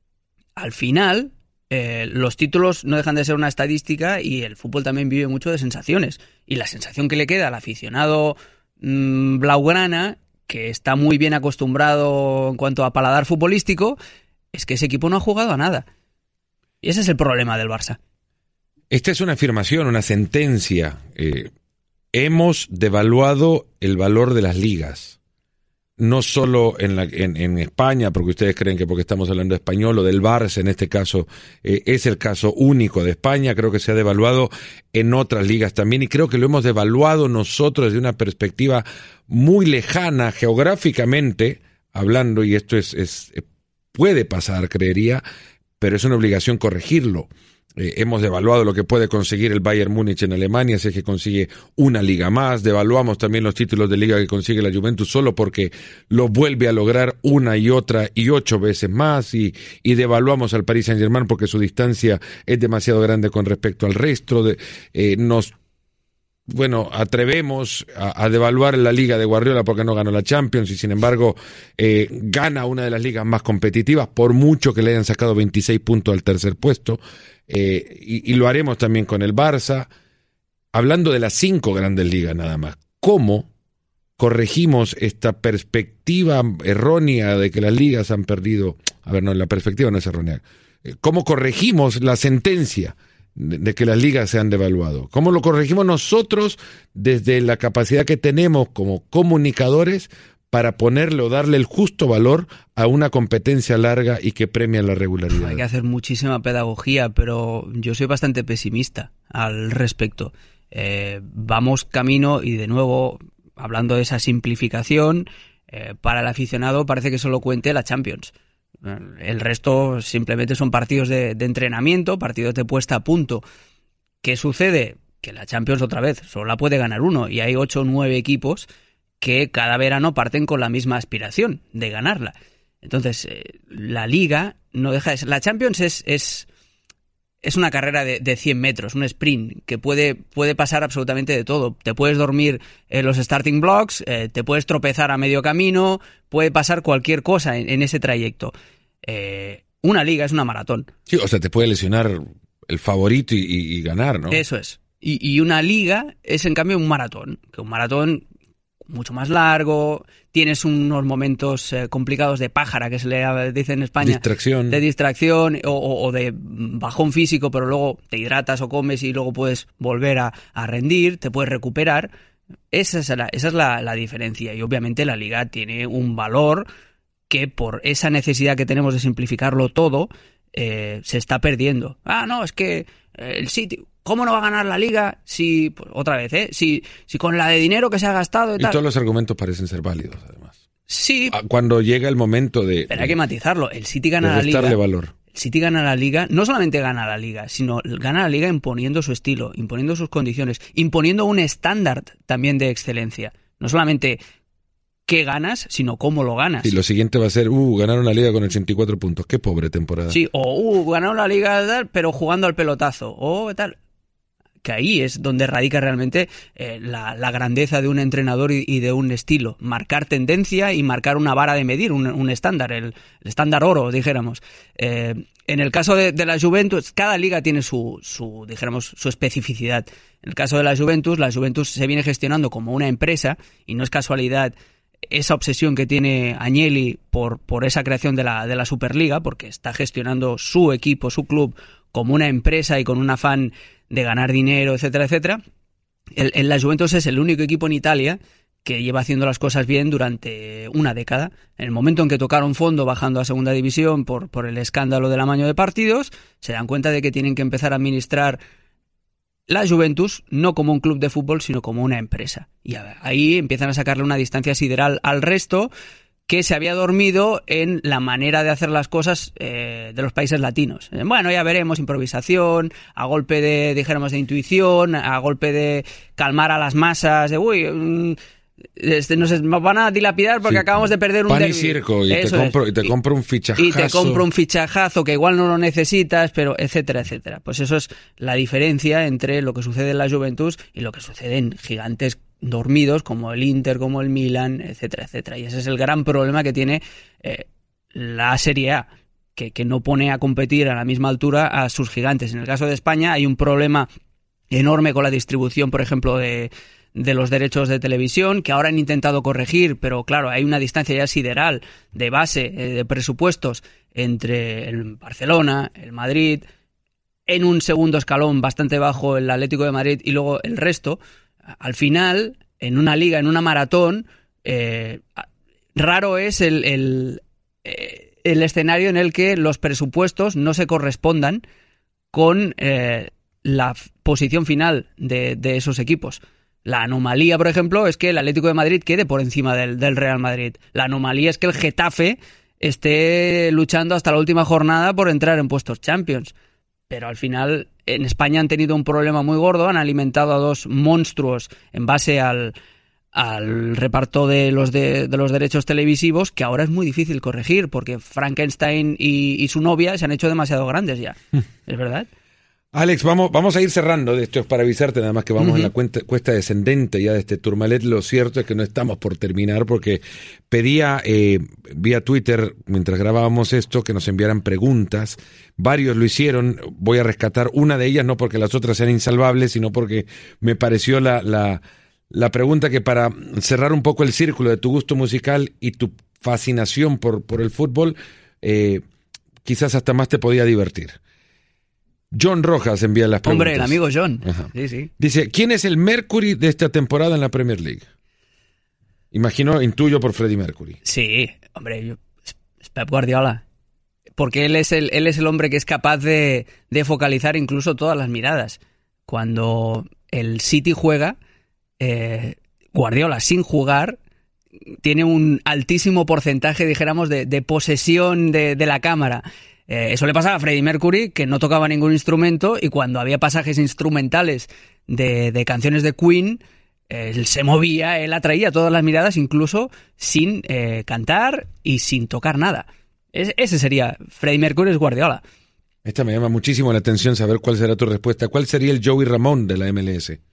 al final... Eh, los títulos no dejan de ser una estadística y el fútbol también vive mucho de sensaciones. Y la sensación que le queda al aficionado mmm, blaugrana, que está muy bien acostumbrado en cuanto a paladar futbolístico, es que ese equipo no ha jugado a nada. Y ese es el problema del Barça. Esta es una afirmación, una sentencia. Eh, hemos devaluado el valor de las ligas. No solo en, la, en, en España, porque ustedes creen que porque estamos hablando de español o del Barça, en este caso eh, es el caso único de España, creo que se ha devaluado en otras ligas también y creo que lo hemos devaluado nosotros desde una perspectiva muy lejana geográficamente hablando, y esto es, es puede pasar, creería, pero es una obligación corregirlo. Eh, hemos devaluado lo que puede conseguir el Bayern Múnich en Alemania, si es que consigue una liga más. Devaluamos también los títulos de liga que consigue la Juventus solo porque lo vuelve a lograr una y otra y ocho veces más. Y, y devaluamos al Paris Saint-Germain porque su distancia es demasiado grande con respecto al resto. De, eh, nos Bueno, atrevemos a, a devaluar la liga de Guardiola porque no ganó la Champions y sin embargo eh, gana una de las ligas más competitivas por mucho que le hayan sacado veintiséis puntos al tercer puesto. Eh, y, y lo haremos también con el Barça, hablando de las cinco grandes ligas nada más. ¿Cómo corregimos esta perspectiva errónea de que las ligas han perdido? A ver, no, la perspectiva no es errónea. ¿Cómo corregimos la sentencia de, de que las ligas se han devaluado? ¿Cómo lo corregimos nosotros desde la capacidad que tenemos como comunicadores para ponerle o darle el justo valor a una competencia larga y que premia la regularidad? Hay que hacer muchísima pedagogía, pero yo soy bastante pesimista al respecto. Eh, vamos camino y de nuevo, hablando de esa simplificación, eh, para el aficionado parece que solo cuente la Champions. El resto simplemente son partidos de, de entrenamiento, partidos de puesta a punto. ¿Qué sucede? Que la Champions otra vez solo la puede ganar uno y hay ocho o nueve equipos que cada verano parten con la misma aspiración de ganarla. Entonces, eh, la Liga no deja de ser... La Champions es, es, es una carrera de, de cien metros, un sprint, que puede, puede pasar absolutamente de todo. Te puedes dormir en los starting blocks, eh, te puedes tropezar a medio camino, puede pasar cualquier cosa en, en ese trayecto. Eh, una Liga es una maratón. Sí, o sea, te puede lesionar el favorito y, y, y ganar, ¿no? Eso es. Y, y una Liga es, en cambio, un maratón. Que un maratón... mucho más largo, tienes unos momentos eh, complicados de pájara, que se le dice en España. Distracción. De distracción o, o, o de bajón físico, pero luego te hidratas o comes y luego puedes volver a, a rendir, te puedes recuperar. Esa es, la, esa es la, la diferencia. Y obviamente la Liga tiene un valor que por esa necesidad que tenemos de simplificarlo todo, eh, se está perdiendo. Ah, no, es que el City... ¿cómo no va a ganar la Liga si, pues, otra vez, ¿eh? Si, si con la de dinero que se ha gastado y, y tal? Y todos los argumentos parecen ser válidos, además. Sí. Cuando llega el momento de... Pero hay que matizarlo. El City gana de la Liga. valor. El City gana la Liga, no solamente gana la Liga, sino gana la Liga imponiendo su estilo, imponiendo sus condiciones, imponiendo un estándar también de excelencia. No solamente qué ganas, sino cómo lo ganas. Y lo siguiente va a ser, uh, ganaron la Liga con ochenta y cuatro puntos. Qué pobre temporada. Sí, o uh, ganaron la Liga tal, pero jugando al pelotazo, o tal. Que ahí es donde radica realmente eh, la, la grandeza de un entrenador y, y de un estilo. Marcar tendencia y marcar una vara de medir, un, un estándar, el, el estándar oro, dijéramos. Eh, en el caso de, de la Juventus, cada liga tiene su, su, dijéramos, su especificidad. En el caso de la Juventus, la Juventus se viene gestionando como una empresa, y no es casualidad esa obsesión que tiene Agnelli por, por esa creación de la, de la Superliga, porque está gestionando su equipo, su club, como una empresa y con un afán de ganar dinero, etcétera, etcétera. El, el, la Juventus es el único equipo en Italia que lleva haciendo las cosas bien durante una década. En el momento en que tocaron fondo bajando a segunda división por, por el escándalo del amaño de partidos, se dan cuenta de que tienen que empezar a administrar la Juventus no como un club de fútbol, sino como una empresa. Y ahí empiezan a sacarle una distancia sideral al resto, que se había dormido en la manera de hacer las cosas eh, de los países latinos. Bueno, ya veremos, improvisación, a golpe de, dijéramos, de intuición, a golpe de calmar a las masas, de uy, mmm, este, nos van a dilapidar porque sí, acabamos de perder un pan derbi. Y circo, y te, compro, y te compro un fichajazo. Y te compro un fichajazo que igual no lo necesitas, pero etcétera, etcétera. Pues eso es la diferencia entre lo que sucede en la Juventus y lo que sucede en gigantes dormidos como el Inter, como el Milan, etcétera, etcétera. Y ese es el gran problema que tiene eh, la Serie A, que, que no pone a competir a la misma altura a sus gigantes. En el caso de España hay un problema enorme con la distribución, por ejemplo, de, de los derechos de televisión, que ahora han intentado corregir, pero claro, hay una distancia ya sideral de base, eh, de presupuestos entre el Barcelona, el Madrid, en un segundo escalón bastante bajo el Atlético de Madrid y luego el resto. Al final, en una liga, en una maratón, eh, raro es el, el, el escenario en el que los presupuestos no se correspondan con eh, la posición final de, de esos equipos. La anomalía, por ejemplo, es que el Atlético de Madrid quede por encima del, del Real Madrid. La anomalía es que el Getafe esté luchando hasta la última jornada por entrar en puestos Champions. Pero al final en España han tenido un problema muy gordo, han alimentado a dos monstruos en base al, al reparto de los, de, de los derechos televisivos, que ahora es muy difícil corregir, porque Frankenstein y, y su novia se han hecho demasiado grandes ya. ¿Es verdad? Alex, vamos, vamos a ir cerrando. Esto es para avisarte nada más que vamos uh-huh. en la cuenta, cuesta descendente ya de este Tourmalet. Lo cierto es que no estamos por terminar porque pedía eh, vía Twitter, mientras grabábamos esto, que nos enviaran preguntas. Varios lo hicieron. Voy a rescatar una de ellas, no porque las otras sean insalvables, sino porque me pareció la, la, la pregunta que, para cerrar un poco el círculo de tu gusto musical y tu fascinación por, por el fútbol, eh, quizás hasta más te podía divertir. John Rojas envía las preguntas. Hombre, el amigo John. Sí, sí. Dice, ¿quién es el Mercury de esta temporada en la Premier League? Imagino, intuyo por Freddie Mercury. Sí, hombre, yo, es Pep Guardiola. Porque él es el, él es el hombre que es capaz de, de focalizar incluso todas las miradas. Cuando el City juega, eh, Guardiola, sin jugar, tiene un altísimo porcentaje, dijéramos, de, de posesión de, de la cámara. Eh, eso le pasaba a Freddie Mercury, que no tocaba ningún instrumento, y cuando había pasajes instrumentales de, de canciones de Queen, eh, él se movía, él atraía todas las miradas, incluso sin eh, cantar y sin tocar nada. Es, ese sería, Freddie Mercury es Guardiola. Esta me llama muchísimo la atención saber cuál será tu respuesta. ¿Cuál sería el Joey Ramón de la M L S?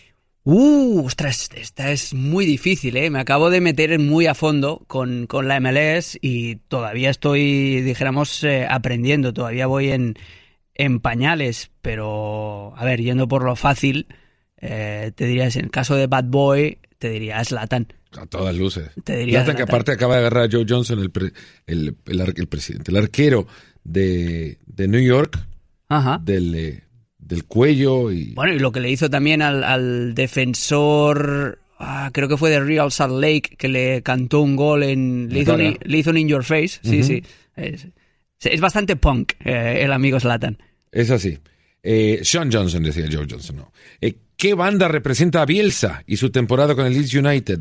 Uh, ostras, esta es muy difícil, ¿eh? Me acabo de meter muy a fondo con, con la M L S y todavía estoy, dijéramos, eh, aprendiendo. Todavía voy en, en pañales, pero, a ver, yendo por lo fácil, eh, te diría, en el caso de Bad Boy, te diría Zlatan. A todas luces. Te diría Zlatan, que aparte acaba de agarrar a Joe Johnson, el, pre, el, el, el, el presidente, el arquero de, de New York, Ajá. del... Eh, del cuello y... Bueno, y lo que le hizo también al, al defensor, ah, creo que fue de Real Salt Lake, que le cantó un gol en... Le hizo, un, le hizo un In Your Face, sí, uh-huh. sí. Es, es bastante punk, eh, el amigo Zlatan. Es así. Eh, Sean Johnson, decía Joe Johnson, no. Eh, ¿Qué banda representa a Bielsa y su temporada con el Leeds United?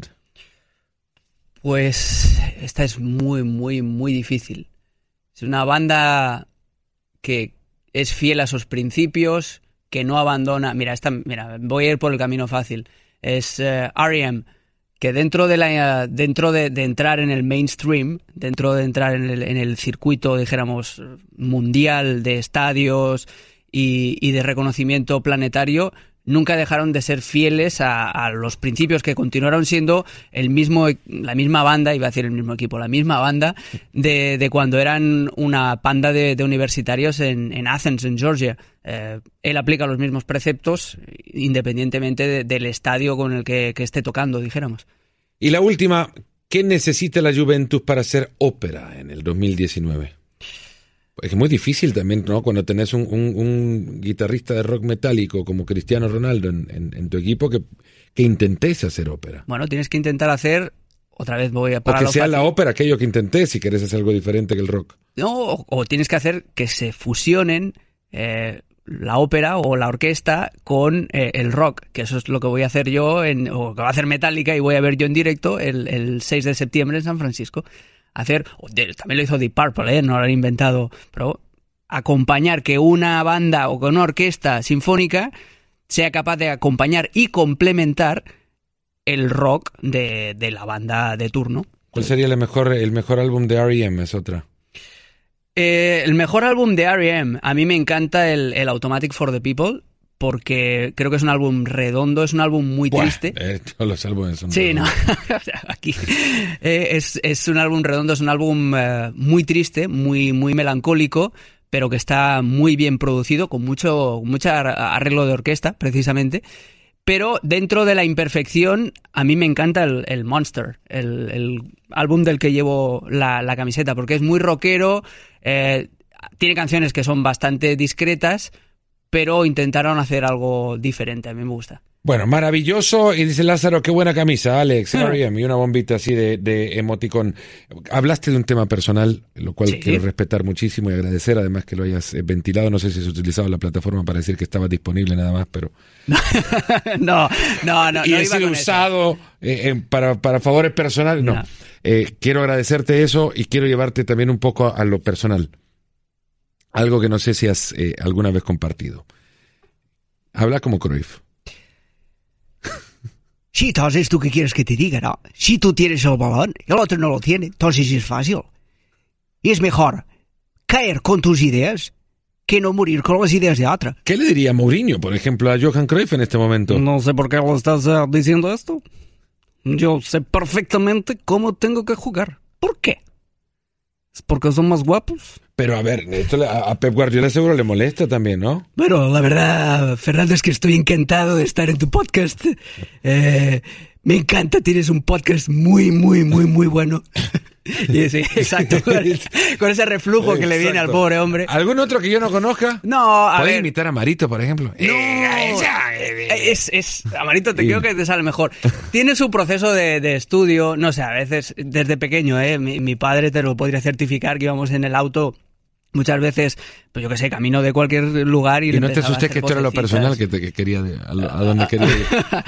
Pues esta es muy, muy, muy difícil. Es una banda que es fiel a sus principios, que no abandona... Mira, esta, mira, voy a ir por el camino fácil. Es uh, R E M, que dentro de la dentro de, de entrar en el mainstream, dentro de entrar en el, en el circuito, dijéramos, mundial de estadios y, y de reconocimiento planetario, nunca dejaron de ser fieles a, a los principios que continuaron siendo el mismo, la misma banda, iba a decir el mismo equipo, la misma banda de, de cuando eran una panda de, de universitarios en, en Athens, en Georgia. Eh, él aplica los mismos preceptos independientemente de, del estadio con el que, que esté tocando, dijéramos. Y la última, ¿qué necesita la Juventus para hacer ópera en el dos mil diecinueve? Es muy difícil también, ¿no? Cuando tenés un, un, un guitarrista de rock metálico como Cristiano Ronaldo en, en, en tu equipo, que, que intentes hacer ópera. Bueno, tienes que intentar hacer, otra vez voy a parar. O que sea fácil. La ópera aquello que intentés si querés hacer algo diferente que el rock. No, o, o tienes que hacer que se fusionen eh, la ópera o la orquesta con eh, el rock, que eso es lo que voy a hacer yo, en, o que va a hacer Metallica y voy a ver yo en directo el, el seis de septiembre en San Francisco. Hacer, también lo hizo Deep Purple, ¿eh? No lo han inventado, pero acompañar que una banda o que una orquesta sinfónica sea capaz de acompañar y complementar el rock de, de la banda de turno. ¿Cuál sería el mejor, el mejor álbum de R E M? Es otra. Eh, el mejor álbum de R E M, a mí me encanta el, el Automatic for the People, porque creo que es un álbum redondo, es un álbum muy Buah, triste. Eh, todos los álbumes son Sí, redondos. no, aquí eh, es, es un álbum redondo, es un álbum eh, muy triste, muy, muy melancólico, pero que está muy bien producido, con mucho, mucho arreglo de orquesta, precisamente. Pero dentro de la imperfección, a mí me encanta el, el Monster, el, el álbum del que llevo la, la camiseta, porque es muy rockero, eh, tiene canciones que son bastante discretas, pero intentaron hacer algo diferente, a mí me gusta. Bueno, maravilloso. Y dice Lázaro, qué buena camisa, Alex. R E M, y una bombita así de, de emoticón. Hablaste de un tema personal, lo cual Sí. quiero respetar muchísimo y agradecer, además que lo hayas eh, ventilado. No sé si has utilizado la plataforma para decir que estaba disponible nada más, pero... no, no, no. y no he iba sido con eso. usado eh, eh, para, para favores personales. No, No. Eh, quiero agradecerte eso y quiero llevarte también un poco a, a lo personal. Algo que no sé si has eh, alguna vez compartido. Habla como Cruyff. Sí, entonces, ¿tú qué quieres que te diga, no? Si tú tienes el balón y el otro no lo tiene, entonces es fácil. Y es mejor caer con tus ideas que no morir con las ideas de otra. ¿Qué le diría Mourinho, por ejemplo, a Johan Cruyff en este momento? No sé por qué lo estás uh, diciendo esto. Yo sé perfectamente cómo tengo que jugar. ¿Por qué? ¿Es porque son más guapos? Pero a ver, esto le- a a Pep Guardiola seguro le molesta también, ¿no? Bueno, la verdad, Fernando, es que estoy encantado de estar en tu podcast. Eh, me encanta, tienes un podcast muy, muy, muy, muy bueno. Y sí, exacto. Con, con ese reflujo que le viene al Exacto. pobre hombre. ¿Algún otro que yo no conozca? No, a ¿Puede ver. imitar a Marito, por ejemplo? No, Eh, es, es, Amarito, te Sí. creo que te sale mejor. Tiene su proceso de, de estudio, no sé, a veces desde pequeño, ¿eh? Mi, mi padre te lo podría certificar, que íbamos en el auto muchas veces, pues yo qué sé, camino de cualquier lugar y, Y le no te empezaba a asustes hacer que esto era lo vocecitas. personal que, te, que quería, de- a, lo- a donde quería ir.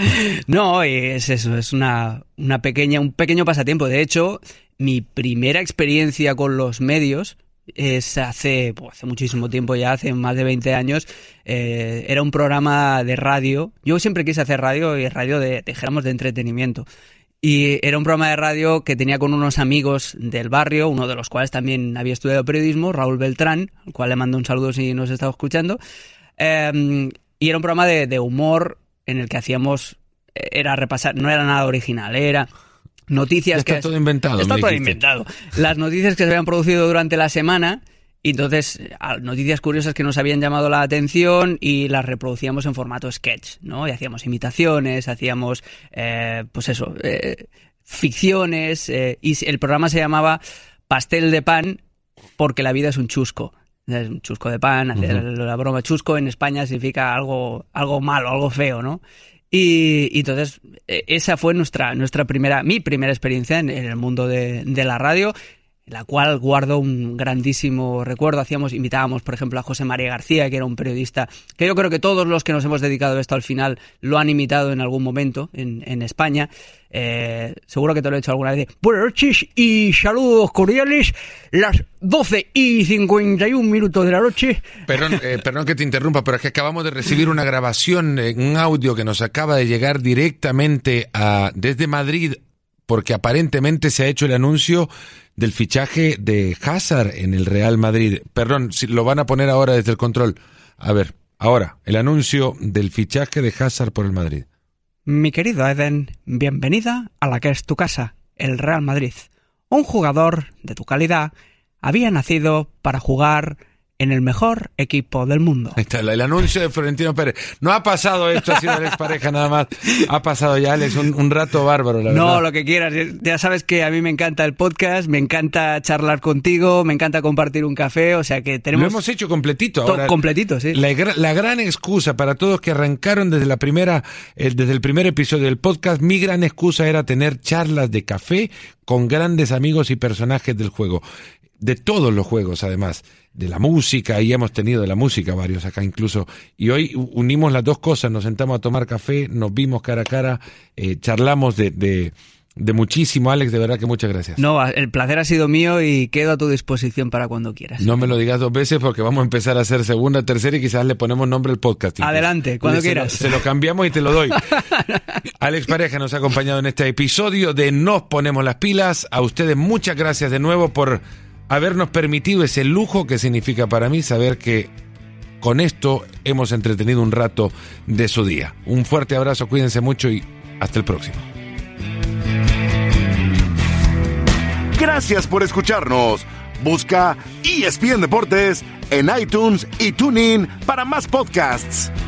No, y es eso, es una, una pequeña, un pequeño pasatiempo. De hecho, mi primera experiencia con los medios es hace, pues, hace muchísimo tiempo ya, hace más de veinte años. Eh, era un programa de radio. Yo siempre quise hacer radio y radio de, dijéramos, de entretenimiento. Y era un programa de radio que tenía con unos amigos del barrio, uno de los cuales también había estudiado periodismo, Raúl Beltrán, al cual le mando un saludo si nos está escuchando. Eh, y era un programa de, de humor en el que hacíamos, era repasar, no era nada original, era noticias Está que... todo inventado, Está me todo dijiste. inventado. Las noticias que se habían producido durante la semana, y entonces a- noticias curiosas que nos habían llamado la atención y las reproducíamos en formato sketch, ¿no? Y hacíamos imitaciones, hacíamos, eh, pues eso, eh, ficciones, eh, y el programa se llamaba Pastel de Pan porque la vida es un chusco. Es un chusco de pan, hacer Ujú. la broma chusco en España significa algo, algo malo, algo feo, ¿no? Y, y entonces eh, esa fue nuestra, nuestra primera, mi primera experiencia en, en el mundo de, de la radio. la cual guardo un grandísimo recuerdo. Hacíamos, invitábamos, por ejemplo, a José María García, que era un periodista que yo creo que todos los que nos hemos dedicado a esto al final lo han imitado en algún momento en, en España. Eh, seguro que te lo he hecho alguna vez. Buenas noches y saludos cordiales. Las doce y cincuenta y un minutos de la noche. Perdón, eh, perdón que te interrumpa, pero es que acabamos de recibir una grabación, eh, un audio que nos acaba de llegar directamente a, desde Madrid, porque aparentemente se ha hecho el anuncio del fichaje de Hazard en el Real Madrid. Perdón, si lo van a poner ahora desde el control. A ver, ahora, el anuncio del fichaje de Hazard por el Madrid. Mi querido Eden, bienvenida a la que es tu casa, el Real Madrid. Un jugador de tu calidad había nacido para jugar en el mejor equipo del mundo. Ahí está, el anuncio de Florentino Pérez. No ha pasado esto, ha sido la expareja nada más. Ha pasado ya, Alex, un, un rato bárbaro, la verdad. No, lo que quieras. Ya sabes que a mí me encanta el podcast, me encanta charlar contigo, me encanta compartir un café, o sea que tenemos... Lo hemos hecho completito ahora. Completito, sí. La, la gran excusa para todos que arrancaron desde la primera, el, desde el primer episodio del podcast, mi gran excusa era tener charlas de café con grandes amigos y personajes del juego. De todos los juegos, además, de la música, y hemos tenido de la música varios acá incluso, y hoy unimos las dos cosas, nos sentamos a tomar café, nos vimos cara a cara, eh, charlamos de, de, de muchísimo. Alex, de verdad que muchas gracias. No, el placer ha sido mío y quedo a tu disposición para cuando quieras. No me lo digas dos veces porque vamos a empezar a hacer segunda, tercera y quizás le ponemos nombre al podcast. Incluso. Adelante, cuando se quieras. Lo, se lo cambiamos y te lo doy. Alex Pareja nos ha acompañado en este episodio de Nos Ponemos las Pilas. A ustedes muchas gracias de nuevo por habernos permitido ese lujo que significa para mí saber que con esto hemos entretenido un rato de su día. Un fuerte abrazo, cuídense mucho y hasta el próximo. Gracias por escucharnos. Busca E S P N Deportes en iTunes y TuneIn para más podcasts.